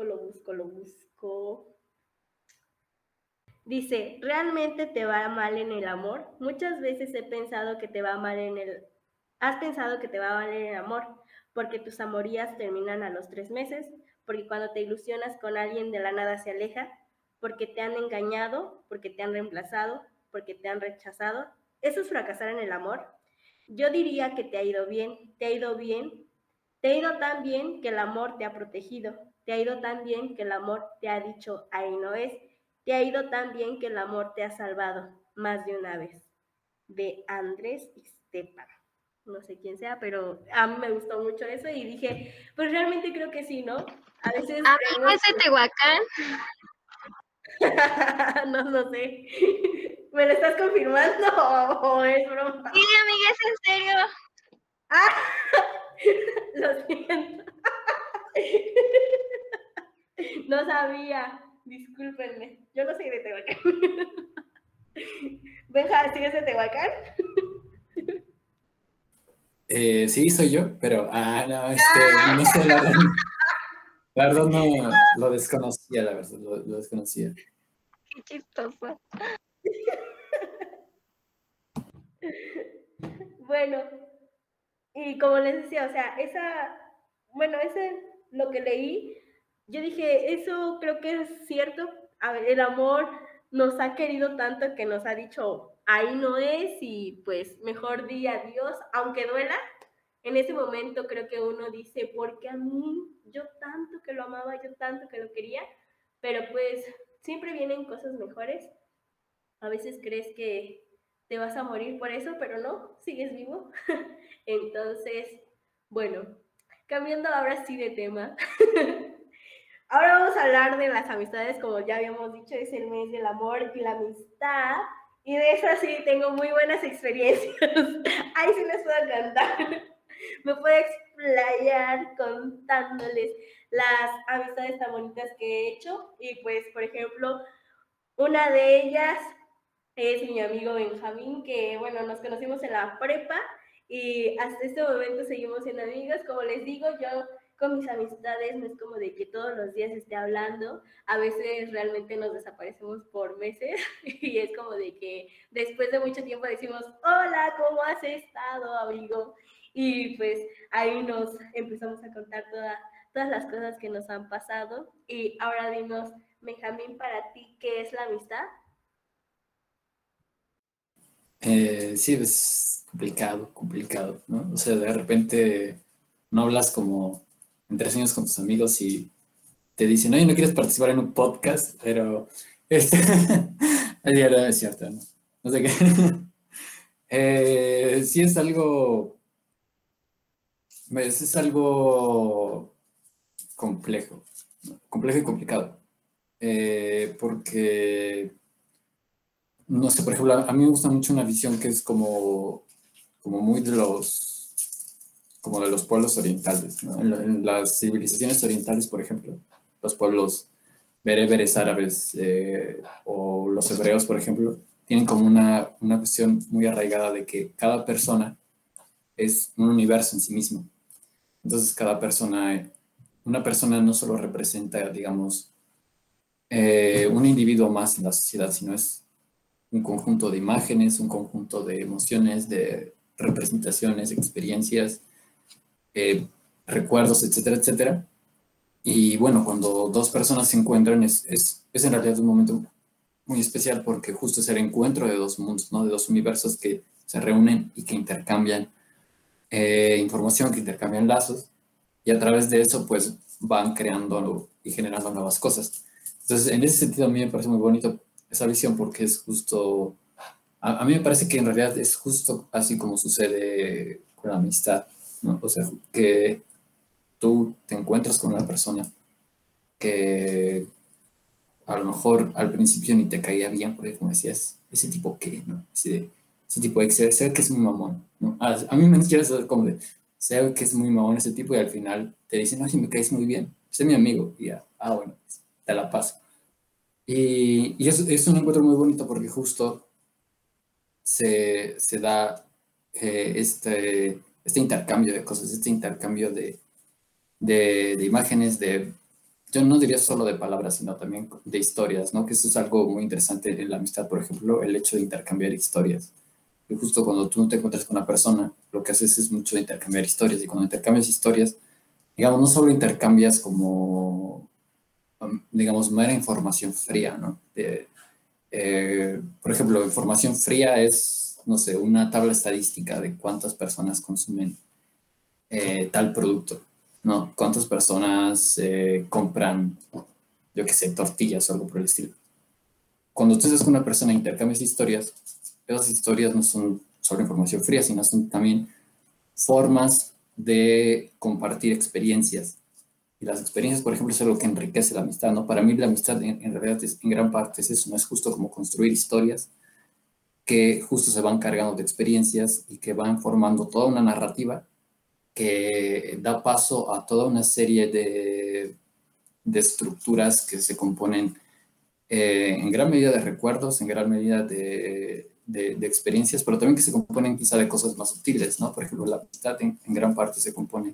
Dice, ¿realmente te va mal en el amor? Muchas veces he pensado que te va mal Has pensado que te va mal en el amor, porque tus amorías terminan a los 3 meses, porque cuando te ilusionas con alguien de la nada se aleja, porque te han engañado, porque te han reemplazado, porque te han rechazado. ¿Eso es fracasar en el amor? Yo diría que te ha ido bien, te ha ido bien, te ha ido tan bien que el amor te ha protegido, te ha ido tan bien que el amor te ha dicho, ahí no es, te ha ido tan bien que el amor te ha salvado más de una vez. De Andrés Estepan. No sé quién sea, pero a mí me gustó mucho eso y dije, pues realmente creo que sí, ¿no? A veces Amigo, es de Tehuacán. no sé. ¿Me lo estás confirmando o es broma? Sí, amiga, es en serio. Ah, lo siento. No sabía. Discúlpenme. Yo no soy de Tehuacán. Benja, ¿sigues de Tehuacán? Sí, soy yo, pero, no, no sé, la verdad no, lo desconocía, la verdad, lo desconocía. Qué chistoso. Bueno, y como les decía, o sea, ese lo que leí, yo dije, eso creo que es cierto. A ver, el amor nos ha querido tanto que nos ha dicho, ahí no es, y pues mejor di adiós, aunque duela. En ese momento creo que uno dice, porque a mí, yo tanto que lo amaba, yo tanto que lo quería, pero pues siempre vienen cosas mejores. A veces crees que te vas a morir por eso, pero no, sigues vivo. Entonces, bueno, cambiando ahora sí de tema. Ahora vamos a hablar de las amistades, como ya habíamos dicho, es el mes del amor y la amistad. Y de eso sí tengo muy buenas experiencias. Ahí sí les puedo cantar. Me puedo explayar contándoles las amistades tan bonitas que he hecho. Y pues, por ejemplo, una de ellas es mi amigo Benjamín, que bueno, nos conocimos en la prepa y hasta este momento seguimos siendo amigos. Como les digo, yo con mis amistades no es como de que todos los días esté hablando, a veces realmente nos desaparecemos por meses y es como de que después de mucho tiempo decimos, hola, ¿cómo has estado, amigo? Y pues ahí nos empezamos a contar todas las cosas que nos han pasado. Y ahora dinos, Benjamín, para ti, ¿qué es la amistad? Sí, es complicado, ¿no? O sea, de repente no hablas como en 3 años con tus amigos y te dicen, oye, ¿no quieres participar en un podcast? Pero, ya no es cierto, ¿no? No sé qué. Sí es algo complejo, ¿no? Complejo y complicado. Porque, no sé, por ejemplo, a mí me gusta mucho una visión que es como muy como de los pueblos orientales, ¿no? En las civilizaciones orientales, por ejemplo, los pueblos bereberes árabes o los hebreos, por ejemplo, tienen como una cuestión muy arraigada de que cada persona es un universo en sí mismo. Entonces, una persona no solo representa, digamos, un individuo más en la sociedad, sino es un conjunto de imágenes, un conjunto de emociones, de representaciones, experiencias, eh, recuerdos, etcétera, etcétera. Y bueno, cuando dos personas se encuentran es en realidad un momento muy especial porque justo es el encuentro de dos mundos, ¿no? De dos universos que se reúnen y que intercambian información, que intercambian lazos y a través de eso pues van creando y generando nuevas cosas. Entonces, en ese sentido a mí me parece muy bonito esa visión porque es justo, a mí me parece que en realidad es justo así como sucede con la amistad, ¿no? O sea, que tú te encuentras con una persona que a lo mejor al principio ni te caía bien, porque como decías, ese tipo qué, ¿no? Ese tipo de sé que es muy mamón, ¿no? A mí me quiere saber como de, sé que es muy mamón ese tipo y al final te dicen, oye, me caes muy bien, usted es mi amigo, y ya, bueno, pues, te la paso. Y es un encuentro muy bonito porque justo se da este intercambio de cosas, este intercambio de imágenes, yo no diría solo de palabras, sino también de historias, ¿no? Que eso es algo muy interesante en la amistad, por ejemplo, el hecho de intercambiar historias. Y justo cuando tú te encuentras con una persona, lo que haces es mucho intercambiar historias. Y cuando intercambias historias, digamos, no solo intercambias como, digamos, mera información fría, ¿no? Por ejemplo, información fría es, no sé, una tabla estadística de cuántas personas consumen tal producto, ¿no? Cuántas personas compran, yo qué sé, tortillas o algo por el estilo. Cuando tú estás con una persona e intercambias historias, esas historias no son solo información fría, sino son también formas de compartir experiencias. Y las experiencias, por ejemplo, es algo que enriquece la amistad, ¿no? Para mí la amistad en realidad en gran parte es eso, no es justo como construir historias que justo se van cargando de experiencias y que van formando toda una narrativa que da paso a toda una serie de estructuras que se componen en gran medida de recuerdos, en gran medida de experiencias, pero también que se componen quizá de cosas más sutiles, ¿no? Por ejemplo, la amistad en gran parte se compone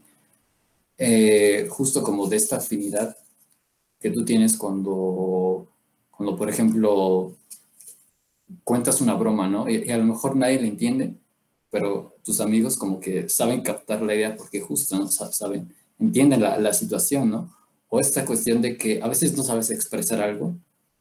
justo como de esta afinidad que tú tienes cuando, por ejemplo, cuentas una broma, ¿no? Y a lo mejor nadie la entiende, pero tus amigos como que saben captar la idea porque justo, ¿no? Saben, entienden la situación, ¿no? O esta cuestión de que a veces no sabes expresar algo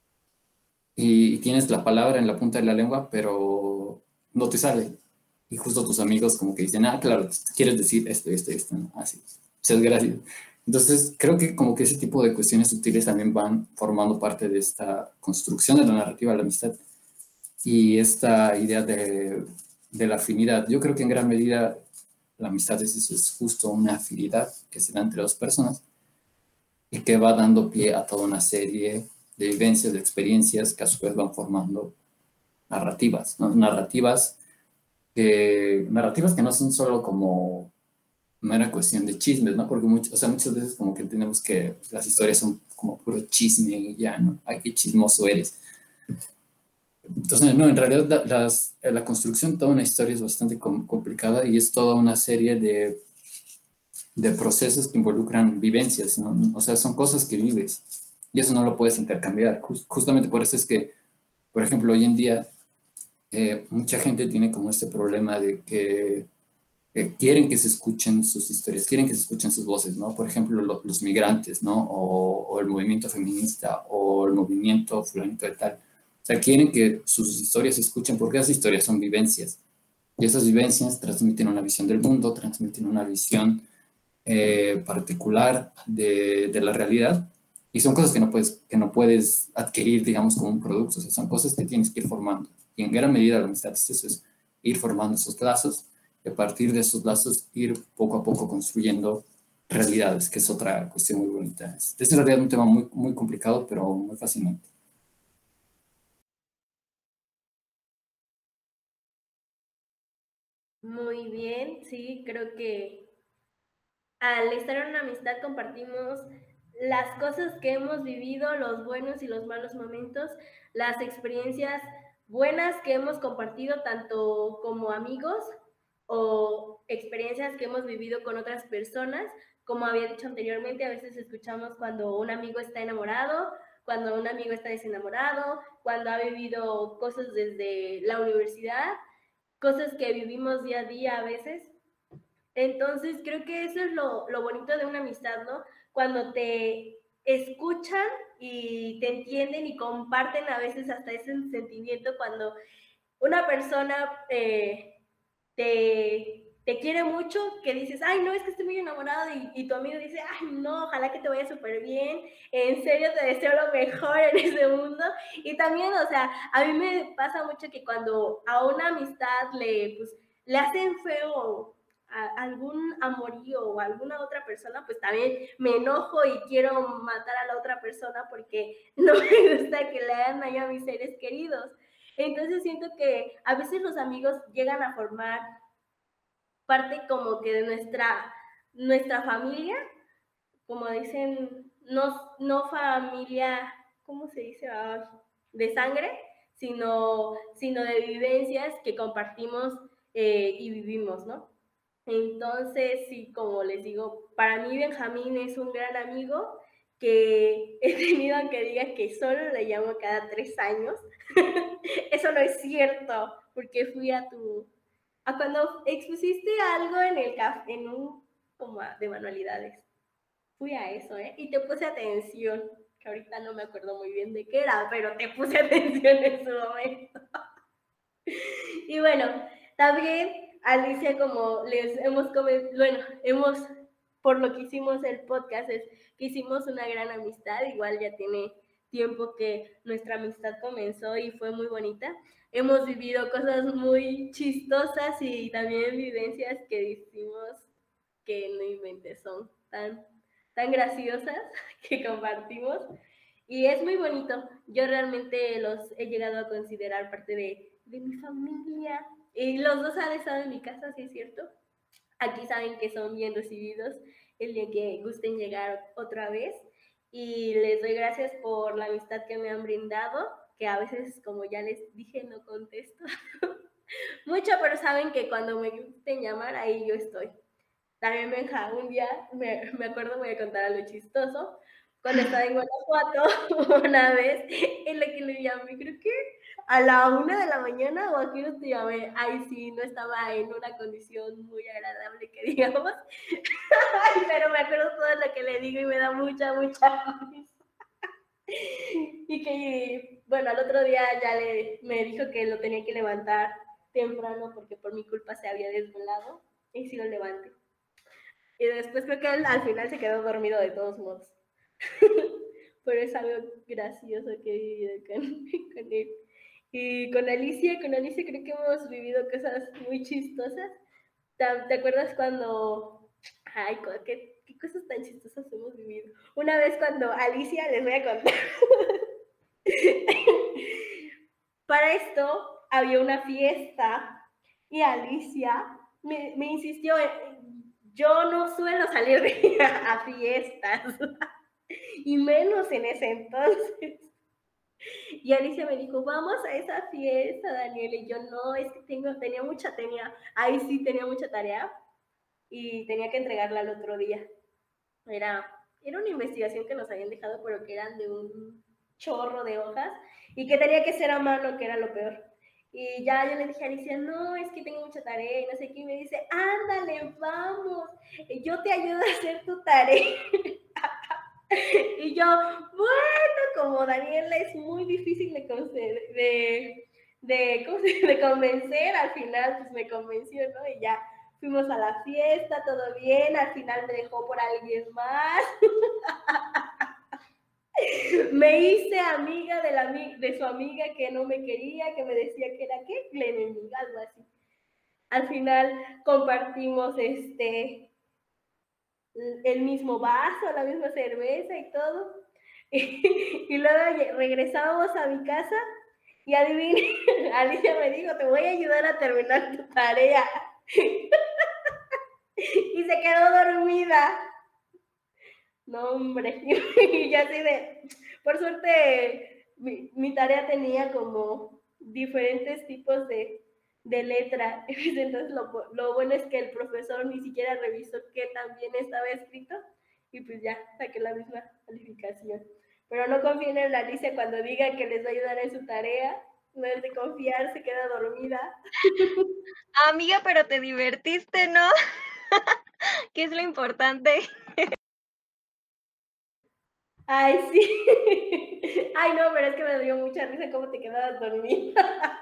y tienes la palabra en la punta de la lengua, pero no te sale. Y justo tus amigos como que dicen, ah, claro, quieres decir esto, esto, esto, ¿no? Así. Muchas gracias. Entonces, creo que como que ese tipo de cuestiones sutiles también van formando parte de esta construcción de la narrativa de la amistad y esta idea de la afinidad. Yo creo que en gran medida la amistad es eso, es justo una afinidad que se da entre dos personas y que va dando pie a toda una serie de vivencias, de experiencias que a su vez van formando narrativas, ¿no? Narrativas que no son solo como mera cuestión de chismes, ¿no? Porque o sea, muchas veces como que entendemos que las historias son como puro chisme y ya, ¿no? Ay, qué chismoso eres. Entonces, no, en realidad la construcción de toda una historia es bastante complicada y es toda una serie de procesos que involucran vivencias, ¿no? O sea, son cosas que vives y eso no lo puedes intercambiar. Justamente por eso es que, por ejemplo, hoy en día mucha gente tiene como este problema de que quieren que se escuchen sus historias, quieren que se escuchen sus voces, ¿no? Por ejemplo, los migrantes, ¿no? O el movimiento feminista o el movimiento fulanito de tal. O sea, quieren que sus historias se escuchen porque esas historias son vivencias. Y esas vivencias transmiten una visión del mundo, transmiten una visión particular de la realidad. Y son cosas que no puedes adquirir, digamos, como un producto. O sea, son cosas que tienes que ir formando. Y en gran medida la amistad es eso, es ir formando esos lazos y a partir de esos lazos ir poco a poco construyendo realidades, que es otra cuestión muy bonita. Es en realidad un tema muy, muy complicado, pero muy fascinante. Muy bien, sí, creo que al estar en una amistad compartimos las cosas que hemos vivido, los buenos y los malos momentos, las experiencias buenas que hemos compartido tanto como amigos o experiencias que hemos vivido con otras personas. Como había dicho anteriormente, a veces escuchamos cuando un amigo está enamorado, cuando un amigo está desenamorado, cuando ha vivido cosas desde la universidad, cosas que vivimos día a día a veces. Entonces, creo que eso es lo bonito de una amistad, ¿no? Cuando te escuchan y te entienden y comparten a veces hasta ese sentimiento cuando una persona te quiere mucho, que dices, ay, no, es que estoy muy enamorado y tu amigo dice, ay, no, ojalá que te vaya súper bien, en serio te deseo lo mejor en este mundo. Y también, o sea, a mí me pasa mucho que cuando a una amistad le hacen feo algún amorío o alguna otra persona, pues también me enojo y quiero matar a la otra persona porque no me gusta que le hagan daño a mis seres queridos. Entonces siento que a veces los amigos llegan a formar parte como que de nuestra familia, como dicen, no familia, ¿cómo se dice? De sangre, sino de vivencias que compartimos y vivimos, ¿no? Entonces, sí, como les digo, para mí Benjamín es un gran amigo que he tenido que diga que solo le llamo cada 3 años. Eso no es cierto, porque fui a cuando expusiste algo en el café, en un como de manualidades. Fui a eso, ¿eh? Y te puse atención, que ahorita no me acuerdo muy bien de qué era, pero te puse atención en su momento. Y bueno, también Alicia, como les hemos comentado, bueno, por lo que hicimos el podcast, es que hicimos una gran amistad, igual ya tiene tiempo que nuestra amistad comenzó y fue muy bonita. Hemos vivido cosas muy chistosas y también vivencias que decimos que no inventes, son tan graciosas que compartimos. Y es muy bonito. Yo realmente los he llegado a considerar parte de mi familia. Y los dos han estado en mi casa, sí es cierto. Aquí saben que son bien recibidos el día que gusten llegar otra vez. Y les doy gracias por la amistad que me han brindado, que a veces, como ya les dije, no contesto mucho, pero saben que cuando me gusten llamar, ahí yo estoy. También Benja, un día, me acuerdo, voy a contar algo chistoso, cuando estaba en Guanajuato, una vez, en la que le llamé, creo que a la 1 de la mañana, o aquí no te llamé, ay sí, no estaba en una condición muy agradable, que digamos, ay, pero me acuerdo todo lo que le digo y me da mucha risa. Y que, bueno, al otro día ya me dijo que lo tenía que levantar temprano porque por mi culpa se había desvelado, y sí lo levanté. Y después creo que él al final se quedó dormido de todos modos. Pero es algo gracioso que he vivido con él. Y con Alicia creo que hemos vivido cosas muy chistosas. ¿Te acuerdas cuando... Ay, qué cosas tan chistosas hemos vivido? Una vez cuando Alicia, les voy a contar. Para esto había una fiesta y Alicia me insistió, yo no suelo salir a fiestas, y menos en ese entonces. Y Alicia me dijo, vamos a esa fiesta, Daniela. Y yo, no, es que tenía mucha tarea y tenía que entregarla al otro día. Era una investigación que nos habían dejado, pero que eran de un chorro de hojas y que tenía que ser a mano, que era lo peor. Y ya yo le dije a Alicia, no, es que tengo mucha tarea y no sé qué. Y me dice, ándale, vamos, yo te ayudo a hacer tu tarea. Y yo, bueno, como Daniela es muy difícil de convencer, al final pues me convenció, ¿no? Y ya fuimos a la fiesta, todo bien, al final me dejó por alguien más. Me hice amiga de su amiga que no me quería, que me decía que era, ¿qué? La enemiga, algo así. Al final compartimos el mismo vaso, la misma cerveza y todo. Y luego regresábamos a mi casa y adivinen, Alicia me dijo, te voy a ayudar a terminar tu tarea. Y se quedó dormida. No, hombre. Y ya así por suerte, mi tarea tenía como diferentes tipos de letra. Entonces lo bueno es que el profesor ni siquiera revisó qué tan bien estaba escrito y pues ya saqué la misma calificación. Pero no confíen en la Alicia cuando diga que les va a ayudar en su tarea. No es de confiar, se queda dormida. Amiga, pero te divertiste, ¿no? ¿Qué es lo importante? Ay, sí. Ay, no, pero es que me dio mucha risa cómo te quedabas dormida.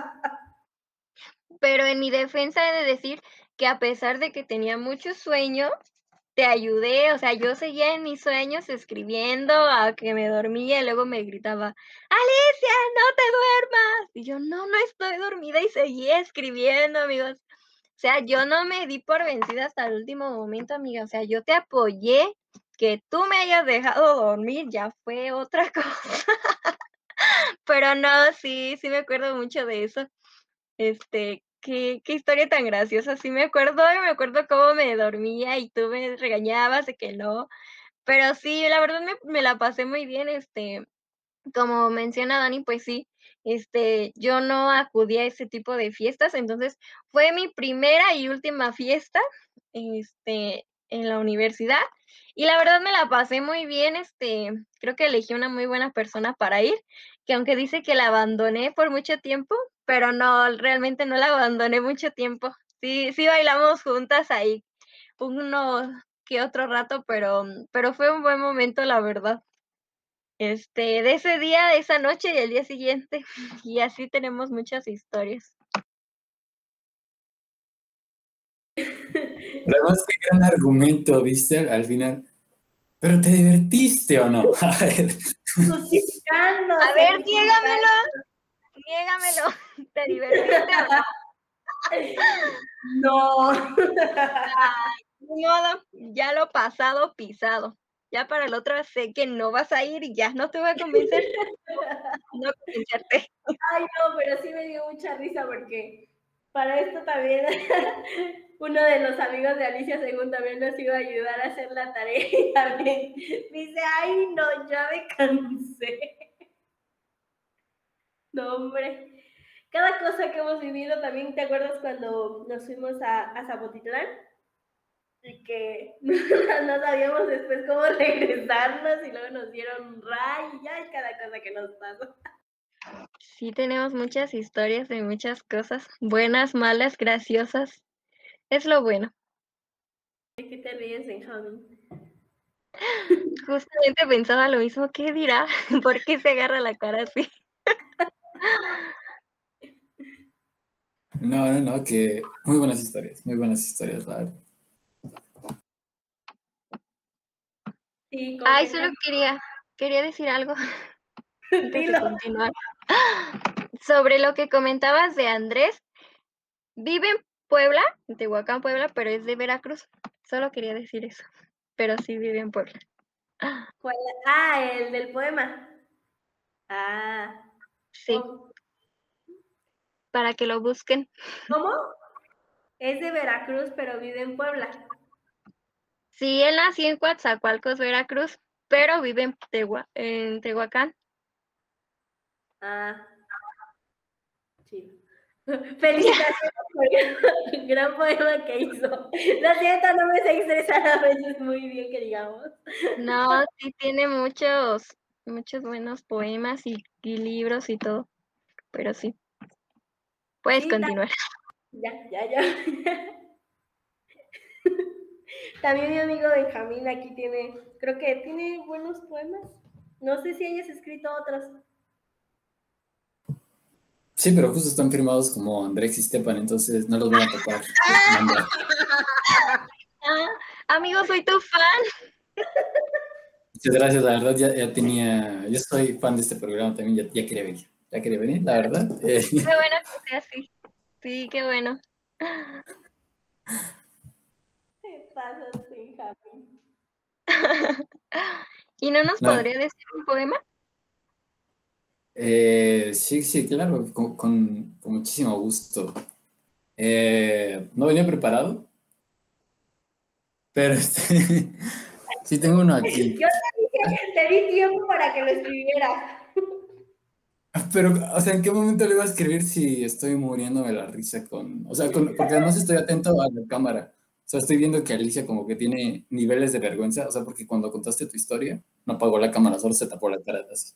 Pero en mi defensa he de decir que a pesar de que tenía mucho sueño, te ayudé, o sea, yo seguía en mis sueños escribiendo a que me dormía y luego me gritaba, Alicia, no te duermas. Y yo, no estoy dormida y seguía escribiendo, amigos. O sea, yo no me di por vencida hasta el último momento, amiga. O sea, yo te apoyé. Que tú me hayas dejado dormir ya fue otra cosa. Pero no, sí me acuerdo mucho de eso. Qué historia tan graciosa. Sí me acuerdo y me acuerdo cómo me dormía y tú me regañabas de que no. Pero sí, la verdad me la pasé muy bien, como menciona Dani, pues sí, yo no acudí a ese tipo de fiestas, entonces fue mi primera y última fiesta, en la universidad, y la verdad me la pasé muy bien, creo que elegí una muy buena persona para ir, que aunque dice que la abandoné por mucho tiempo, pero no, realmente no la abandoné mucho tiempo. Sí bailamos juntas ahí uno que otro rato, pero fue un buen momento, la verdad. De ese día, de esa noche y el día siguiente, y así tenemos muchas historias. Pero además, qué gran argumento, ¿viste? Al final. ¿Pero te divertiste o no? A ver. A ver, niégamelo, ¿te divertiste o no? No. Ni modo, ya lo pasado, pisado. Ya para el otro sé que no vas a ir y ya no te voy a convencer. No convencerte. Ay, no, pero sí me dio mucha risa porque para esto también uno de los amigos de Alicia según también nos iba a ayudar a hacer la tarea y también dice, ay, no, ya me cansé. No, hombre. Cada cosa que hemos vivido, también te acuerdas cuando nos fuimos a Zapotitlán y que no sabíamos después cómo regresarnos y luego nos dieron un ray y ya cada cosa que nos pasó. Sí, tenemos muchas historias de muchas cosas, buenas, malas, graciosas. Es lo bueno. ¿De qué te ríes, Benjamín? Justamente pensaba lo mismo, ¿qué dirá? ¿Por qué se agarra la cara así? No, que muy buenas historias, la verdad. Sí, ¿con Ay, qué solo quería decir algo antes de Dilo. continuar. Sobre lo que comentabas de Andrés, vive en Puebla, en Tehuacán, Puebla, pero es de Veracruz. Solo quería decir eso, pero sí vive en Puebla. ¿Cuál? Ah, el del poema. Ah, Sí, ¿cómo? para que lo busquen. ¿Cómo? Es de Veracruz, pero vive en Puebla. Sí, él nació en Coatzacoalcos, Veracruz, pero vive en Tehuacán. Ah, chido. Felicitaciones por el gran poema que hizo. Lo siento, no me sé expresar a veces muy bien, que digamos. No, sí tiene muchos buenos poemas y libros y todo, pero sí, puedes Sí, continuar. ya. También mi amigo Benjamín aquí tiene, creo que tiene buenos poemas. No sé si hayas escrito otros. Sí, pero justo están firmados como Andrés y Stepan, entonces no los van a topar. Ah, amigo, soy tu fan. Muchas gracias, la verdad yo soy fan de este programa también, ya quería venir, la verdad. Qué bueno que sea así. Sí, qué bueno. Te pasas, Benjamín. ¿Y no nos No, podría decir un poema? sí, claro, con muchísimo gusto. No venía preparado, pero sí tengo uno aquí. Yo te dije, te di tiempo para que lo escribieras. Pero, o sea, ¿en qué momento le iba a escribir si estoy muriéndome la risa porque además estoy atento a la cámara. O sea, estoy viendo que Alicia como que tiene niveles de vergüenza, o sea, porque cuando contaste tu historia, no apagó la cámara, solo se tapó la cara así.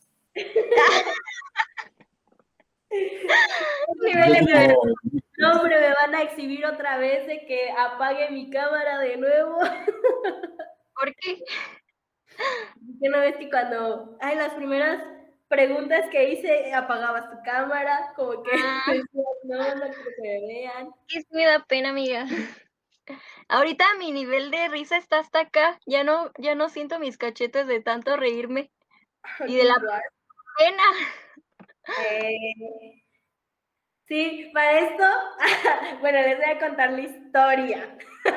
Yo Niveles de como, nombre me van a exhibir otra vez de que apague mi cámara de nuevo. ¿Por qué? ¿Qué no ves que cuando hay las primeras preguntas que hice apagabas tu cámara? Como que Ah, decías, no quiero que me vean. sí, sí me da pena, amiga. Ahorita mi nivel de risa está hasta acá. Ya no siento mis cachetes de tanto reírme y de la Igual. pena. Eh, sí, para esto, bueno, les voy a contar la historia.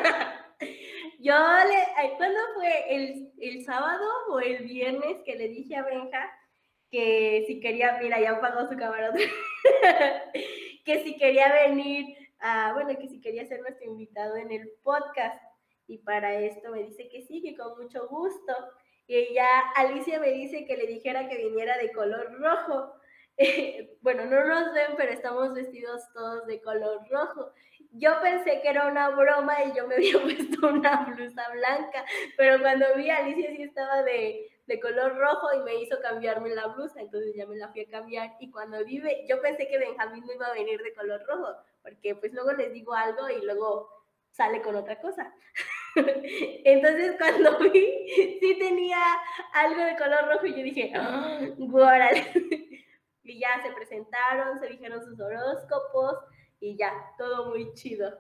¿Cuándo fue? ¿El sábado o el viernes que le dije a Benja que si quería, mira, ya apagó su cámara otra vez, que si quería venir, que si quería ser nuestro invitado en el podcast? Y para esto me dice que sí, que con mucho gusto. Y ya Alicia me dice que le dijera que viniera de color rojo. bueno, no nos ven, pero estamos vestidos todos de color rojo. Yo pensé que era una broma y yo me había puesto una blusa blanca, pero cuando vi a Alicia sí estaba de color rojo y me hizo cambiarme la blusa, entonces ya me la fui a cambiar y cuando vi, yo pensé que Benjamín no iba a venir de color rojo, porque pues luego les digo algo y luego sale con otra cosa. Entonces cuando vi, sí tenía algo de color rojo y yo dije, ¡guárale! Y ya se presentaron, se dijeron sus horóscopos y ya, todo muy chido.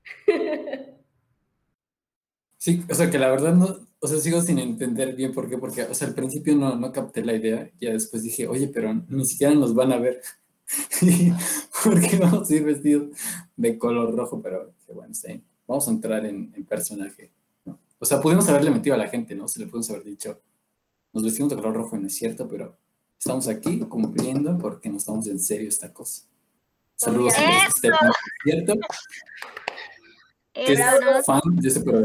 Sí, o sea, que la verdad no, o sea, sigo sin entender bien por qué, porque, o sea, al principio no capté la idea, ya después dije, oye, pero ni siquiera nos van a ver, ¿por qué vamos a ir vestidos de color rojo? Pero, bueno, sí, vamos a entrar en personaje, ¿no? O sea, pudimos haberle metido a la gente, ¿no? Se le pudimos haber dicho, nos vestimos de color rojo, no es cierto, pero estamos aquí cumpliendo porque nos tomamos en serio esta cosa. Saludos a los que estén, ¿no? ¿Cierto? Que es Eso, no. fan de ese programa.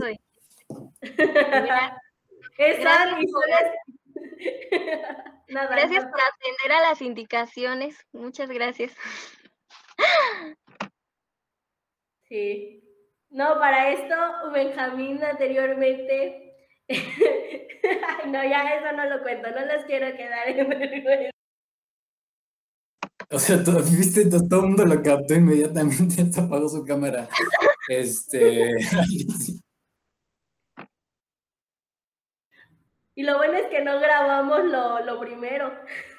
Gracias por atender a las indicaciones. Muchas gracias. Sí. No, para esto, Benjamín anteriormente. Ay, no, ya eso no lo cuento, no los quiero quedar en vergüenza. O sea, viste, todo el mundo lo captó inmediatamente, hasta apagó su cámara. Y lo bueno es que no grabamos lo primero.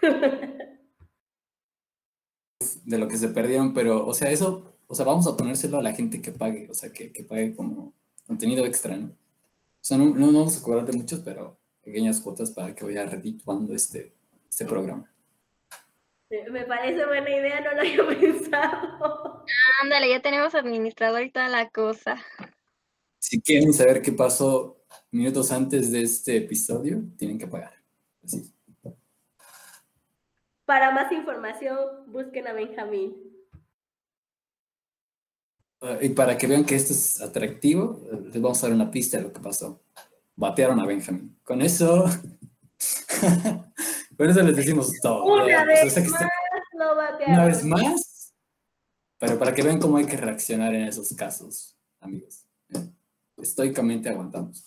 De lo que se perdieron, pero, o sea, eso, o sea, vamos a ponérselo a la gente que pague, o sea, que pague como contenido extra, ¿no? O sea, no vamos a cobrar de muchos, pero pequeñas cuotas para que vaya redituando este programa. Me parece buena idea, no lo había pensado. Ándale, ya tenemos administrador y toda la cosa. Si quieren saber qué pasó minutos antes de este episodio, tienen que pagar. Así. Para más información, busquen a Benjamín. Y para que vean que esto es atractivo, les vamos a dar una pista de lo que pasó. Batearon a Benjamín. Con eso, con eso les decimos todo. Una vez más lo batearon. Una vez más, pero para que vean cómo hay que reaccionar en esos casos, amigos. Estoicamente aguantamos.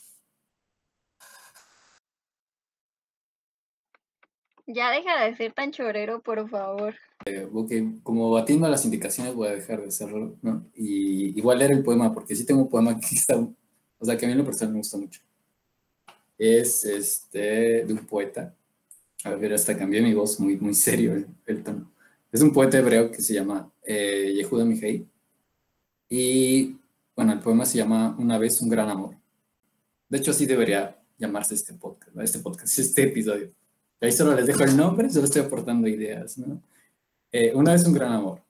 Ya deja de ser tan chorero, por favor. Ok, como batiendo las indicaciones voy a dejar de hacerlo, ¿no? Y igual leer el poema, porque sí tengo un poema que está, o sea, que a mí en lo personal me gusta mucho. Es de un poeta. A ver, hasta cambié mi voz, muy serio el tono. Es un poeta hebreo que se llama Yehuda Mihai. Y bueno, el poema se llama Una vez un gran amor. De hecho, así debería llamarse este podcast, ¿no? Este episodio. Ahí solo les dejo el nombre, solo estoy aportando ideas, ¿no? Una vez un gran amor.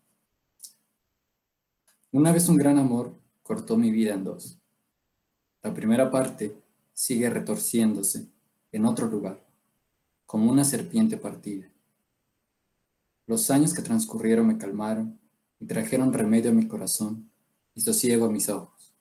Una vez un gran amor cortó mi vida en dos. La primera parte sigue retorciéndose en otro lugar, como una serpiente partida. Los años que transcurrieron me calmaron y trajeron remedio a mi corazón y sosiego a mis ojos.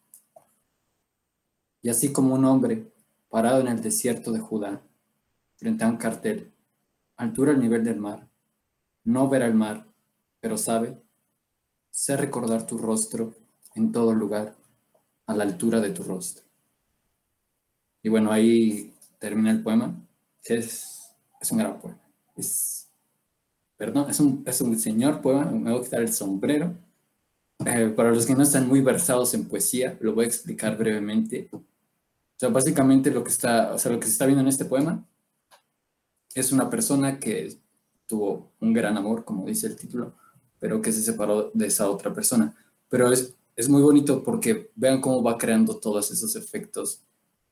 Y así como un hombre parado en el desierto de Judá, frente a un cartel, altura al nivel del mar, no verá el mar, pero sé recordar tu rostro en todo lugar, a la altura de tu rostro. Y bueno, ahí termina el poema. Es un gran poema. Es un señor poema, me voy a quitar el sombrero. Para los que no están muy versados en poesía, lo voy a explicar brevemente. O sea, básicamente lo que se está viendo en este poema es una persona que tuvo un gran amor, como dice el título, pero que se separó de esa otra persona. Pero es muy bonito porque vean cómo va creando todos esos efectos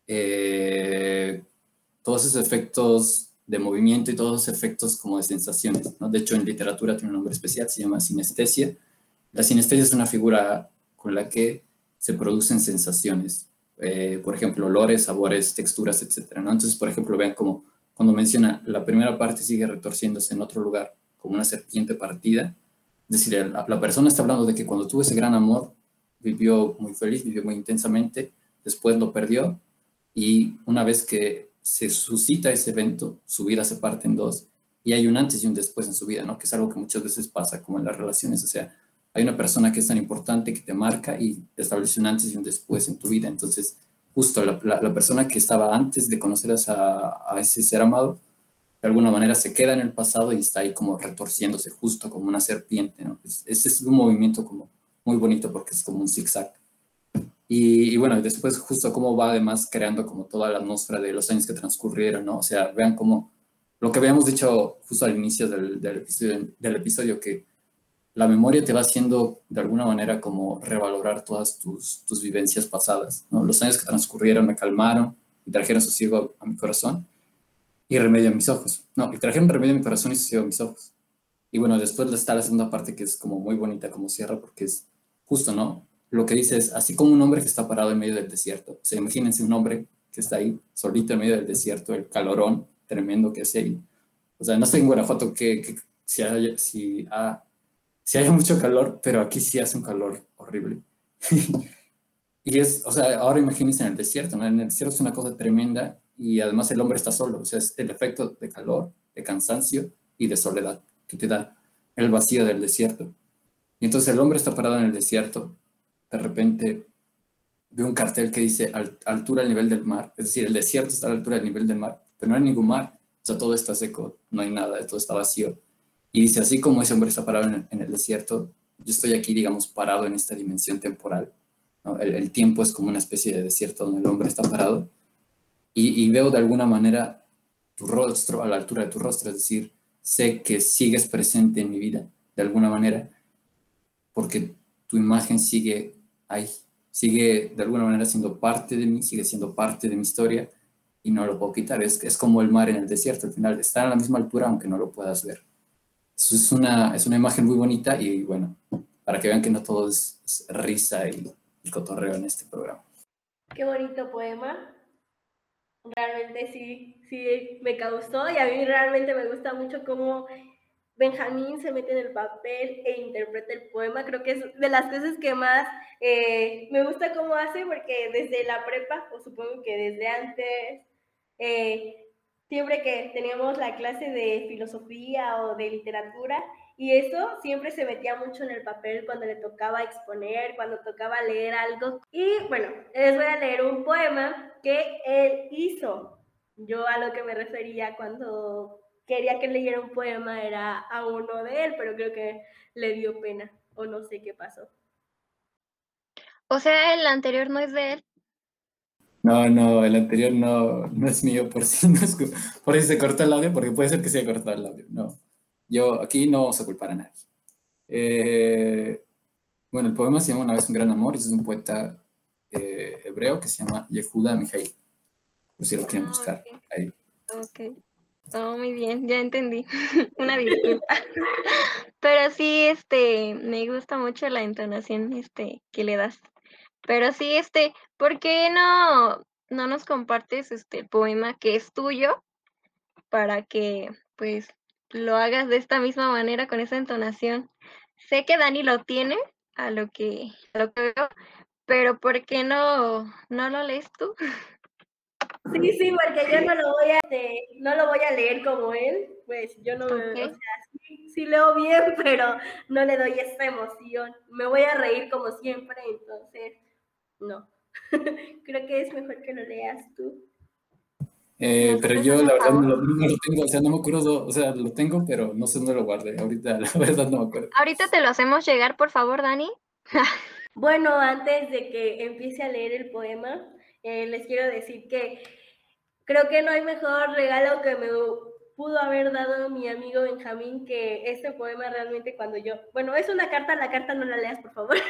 de movimiento y todos esos efectos como de sensaciones, ¿no? De hecho, en literatura tiene un nombre especial, se llama sinestesia. La sinestesia es una figura con la que se producen sensaciones, por ejemplo, olores, sabores, texturas, etc., ¿no? Entonces, por ejemplo, vean cómo cuando menciona la primera parte sigue retorciéndose en otro lugar, como una serpiente partida. Es decir, la persona está hablando de que cuando tuvo ese gran amor, vivió muy feliz, vivió muy intensamente, después lo perdió, y una vez que se suscita ese evento, su vida se parte en dos, y hay un antes y un después en su vida, ¿no? Que es algo que muchas veces pasa como en las relaciones, o sea, hay una persona que es tan importante que te marca y establece un antes y un después en tu vida. Entonces, justo la persona que estaba antes de conocer a ese ser amado, de alguna manera se queda en el pasado y está ahí como retorciéndose justo como una serpiente, ¿no? Ese es un movimiento como muy bonito porque es como un zigzag. Y bueno, después justo cómo va además creando como toda la atmósfera de los años que transcurrieron, ¿no? O sea, vean cómo lo que habíamos dicho justo al inicio del episodio, que la memoria te va haciendo de alguna manera como revalorar todas tus vivencias pasadas, ¿no? Los años que transcurrieron me calmaron y trajeron sosiego a mi corazón y remedio a mis ojos. No, y trajeron remedio a mi corazón y sosiego a mis ojos. Y bueno, después está la segunda parte que es como muy bonita, como cierra, porque es justo, ¿no? Lo que dice es, así como un hombre que está parado en medio del desierto. O sea, imagínense un hombre que está ahí, solito en medio del desierto, el calorón tremendo que hace ahí. O sea, no sé en Guanajuato que si hay mucho calor, pero aquí sí hace un calor horrible. Y es, o sea, ahora imagínense en el desierto, ¿no? En el desierto es una cosa tremenda y además el hombre está solo, o sea, es el efecto de calor, de cansancio y de soledad que te da el vacío del desierto. Y entonces el hombre está parado en el desierto, de repente ve un cartel que dice altura al nivel del mar, es decir, el desierto está a la altura del nivel del mar, pero no hay ningún mar, o sea, todo está seco, no hay nada, todo está vacío. Y dice, así como ese hombre está parado en el desierto, yo estoy aquí, digamos, parado en esta dimensión temporal, ¿no? El tiempo es como una especie de desierto donde el hombre está parado y veo de alguna manera tu rostro a la altura de tu rostro, es decir, sé que sigues presente en mi vida de alguna manera porque tu imagen sigue ahí, sigue de alguna manera siendo parte de mí, sigue siendo parte de mi historia y no lo puedo quitar. Es como el mar en el desierto, al final está a la misma altura aunque no lo puedas ver. Eso es una imagen muy bonita y bueno, para que vean que no todo es risa y cotorreo en este programa. Qué bonito poema. Realmente sí, sí me causó y a mí realmente me gusta mucho cómo Benjamín se mete en el papel e interpreta el poema. Creo que es de las cosas que más me gusta cómo hace porque desde la prepa, o supongo que desde antes, siempre que teníamos la clase de filosofía o de literatura, y eso siempre se metía mucho en el papel cuando le tocaba exponer, cuando tocaba leer algo. Y bueno, les voy a leer un poema que él hizo. Yo a lo que me refería cuando quería que leyera un poema era a uno de él, pero creo que le dio pena o no sé qué pasó. O sea, el anterior no es de él. No, el anterior no es mío, por si, por si se cortó el audio, porque puede ser que se haya cortado el audio. No, yo aquí no vamos a culpar a nadie. Bueno, el poema se llama Una vez un gran amor y es un poeta hebreo que se llama Yehuda Mijail, por si lo quieren buscar. Ok, Ahí. ok. Oh, muy bien, ya entendí. Una disculpa. Pero sí, me gusta mucho la entonación, que le das. Pero sí, ¿por qué no nos compartes el poema que es tuyo para que, pues, lo hagas de esta misma manera, con esa entonación? Sé que Dani lo tiene, a lo que veo, pero ¿por qué no lo lees tú? Sí, sí, porque yo no lo voy a leer como él, pues yo no, o sea, Ok. sí leo bien, pero no le doy esa emoción. Me voy a reír como siempre, entonces, no. Creo que es mejor que lo leas tú. Pero Nosotros yo hacemos la verdad favor. no lo tengo, o sea, no me acuerdo, o sea, lo tengo, pero no sé dónde lo guardé. Ahorita la verdad no me acuerdo. Ahorita te lo hacemos llegar, por favor, Dani. Bueno, antes de que empiece a leer el poema, les quiero decir que creo que no hay mejor regalo que me pudo haber dado mi amigo Benjamín que este poema realmente cuando yo, bueno, es una carta, la carta no la leas, por favor.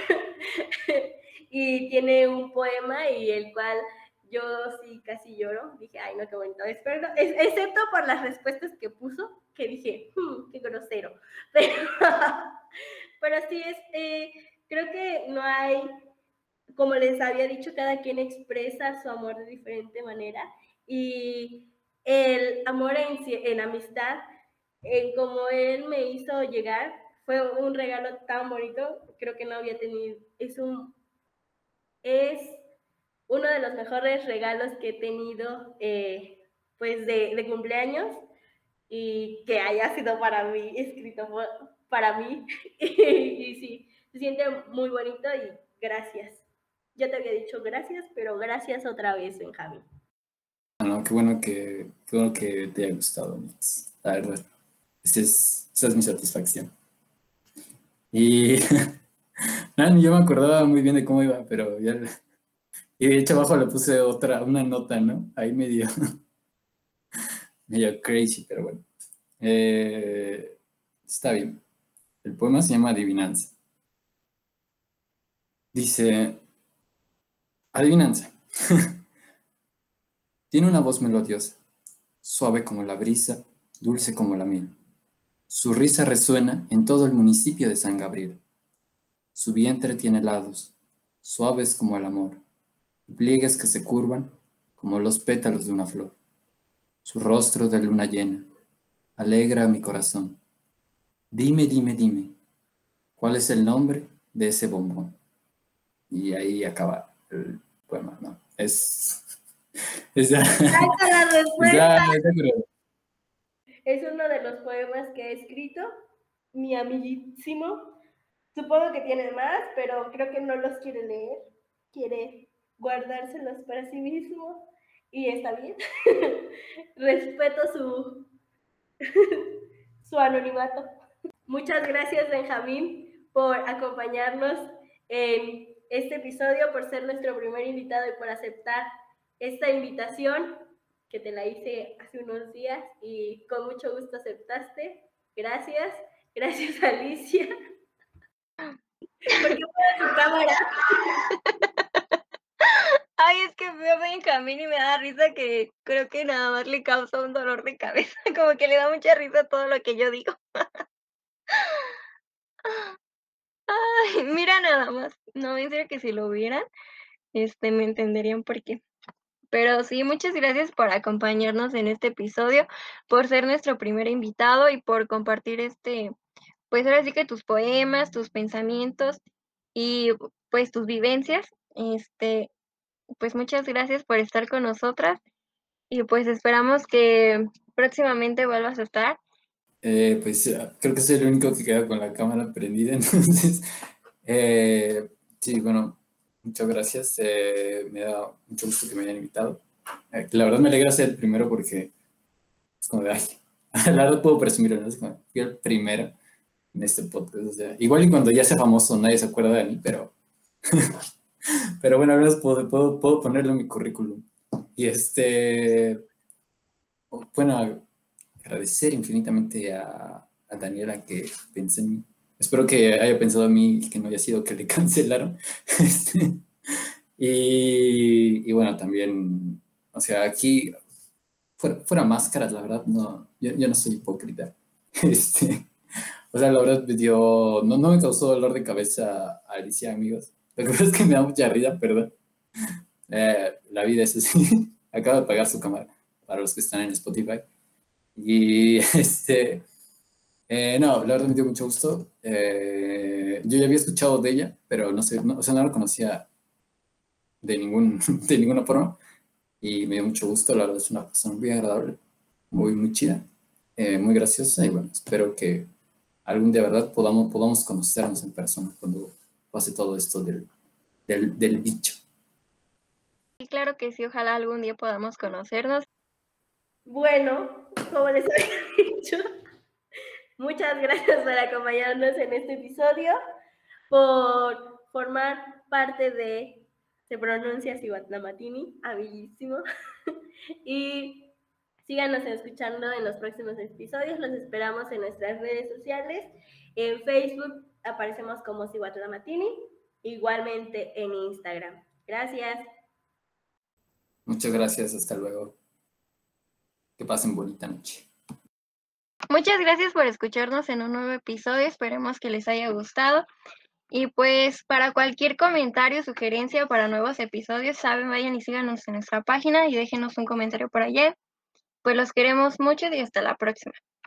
Y tiene un poema y el cual yo sí casi lloro. Dije, ay, no, qué bonito. Espero, excepto por las respuestas que puso, que dije, qué grosero. Pero, pero sí, creo que no hay, como les había dicho, cada quien expresa su amor de diferente manera y el amor en amistad, en como él me hizo llegar, fue un regalo tan bonito, creo que no había tenido, es uno de los mejores regalos que he tenido pues de cumpleaños y que haya sido para mí, escrito para mí. Y sí, se siente muy bonito y gracias. Ya te había dicho gracias, pero gracias otra vez, Benjamín. No, qué bueno que te haya gustado, Nix. La verdad, esa es mi satisfacción. Y no, yo me acordaba muy bien de cómo iba, pero ya... Y de hecho abajo le puse una nota, ¿no? Ahí medio crazy, pero bueno. Está bien. El poema se llama Adivinanza. Dice, adivinanza. Tiene una voz melodiosa, suave como la brisa, dulce como la miel. Su risa resuena en todo el municipio de San Gabriel. Su vientre tiene lados, suaves como el amor, y pliegues que se curvan como los pétalos de una flor. Su rostro de luna llena alegra a mi corazón. Dime, dime, dime, ¿cuál es el nombre de ese bombón? Y ahí acaba el poema, ¿no? Es ya, La respuesta ya creo. es uno de los poemas que he escrito, mi amiguísimo. Supongo que tiene más, pero creo que no los quiere leer. Quiere guardárselos para sí mismo y está bien. Respeto su anonimato. Muchas gracias, Benjamín, por acompañarnos en este episodio, por ser nuestro primer invitado y por aceptar esta invitación que te la hice hace unos días y con mucho gusto aceptaste. Gracias. Gracias, Alicia. ¿Por qué pones tu cámara? Ay, es que veo a Benjamín y me da risa que creo que nada más le causa un dolor de cabeza, como que le da mucha risa todo lo que yo digo. Ay, mira nada más. No, en serio que si lo vieran, me entenderían por qué. Pero sí, muchas gracias por acompañarnos en este episodio, por ser nuestro primer invitado y por compartir pues ahora sí que tus poemas, tus pensamientos y pues tus vivencias. Pues muchas gracias por estar con nosotras y pues esperamos que próximamente vuelvas a estar. Pues creo que soy el único que queda con la cámara prendida, entonces, sí, bueno, muchas gracias. Me da mucho gusto que me hayan invitado. La verdad me alegra ser el primero porque es como de, ay, la verdad puedo presumirlo, ¿no? Es como, fui el primero en este podcast, o sea, igual y cuando ya sea famoso nadie se acuerda de mí, pero bueno, al menos puedo ponerlo en mi currículum. Y bueno, agradecer infinitamente a Daniela que pensé en mí. Espero que haya pensado en mí y que no haya sido que le cancelaron. Y bueno, también, o sea, aquí, fuera máscaras, la verdad, no, yo no soy hipócrita. O sea, la verdad no me causó dolor de cabeza a Alicia, amigos. Lo que pasa es que me da mucha risa, perdón. La vida es así. Acabo de apagar su cámara para los que están en Spotify. Y no, la verdad me dio mucho gusto. Yo ya había escuchado de ella, pero no sé, o sea, no la conocía de ninguna forma. Y me dio mucho gusto, la verdad es una persona muy agradable, muy chida, muy graciosa. Y bueno, espero que algún día, ¿verdad?, podamos conocernos en persona cuando pase todo esto del bicho. Y claro que sí, ojalá algún día podamos conocernos. Bueno, como les había dicho, muchas gracias por acompañarnos en este episodio, por formar parte de Se pronuncia Cihuatlamatini, habilisimo. Y síganos escuchando en los próximos episodios. Los esperamos en nuestras redes sociales. En Facebook aparecemos como Cihuatlamatini, igualmente en Instagram. Gracias. Muchas gracias, hasta luego. Que pasen bonita noche. Muchas gracias por escucharnos en un nuevo episodio. Esperemos que les haya gustado. Y pues para cualquier comentario, sugerencia para nuevos episodios, saben, vayan y síganos en nuestra página y déjenos un comentario por allá. Pues los queremos mucho y hasta la próxima.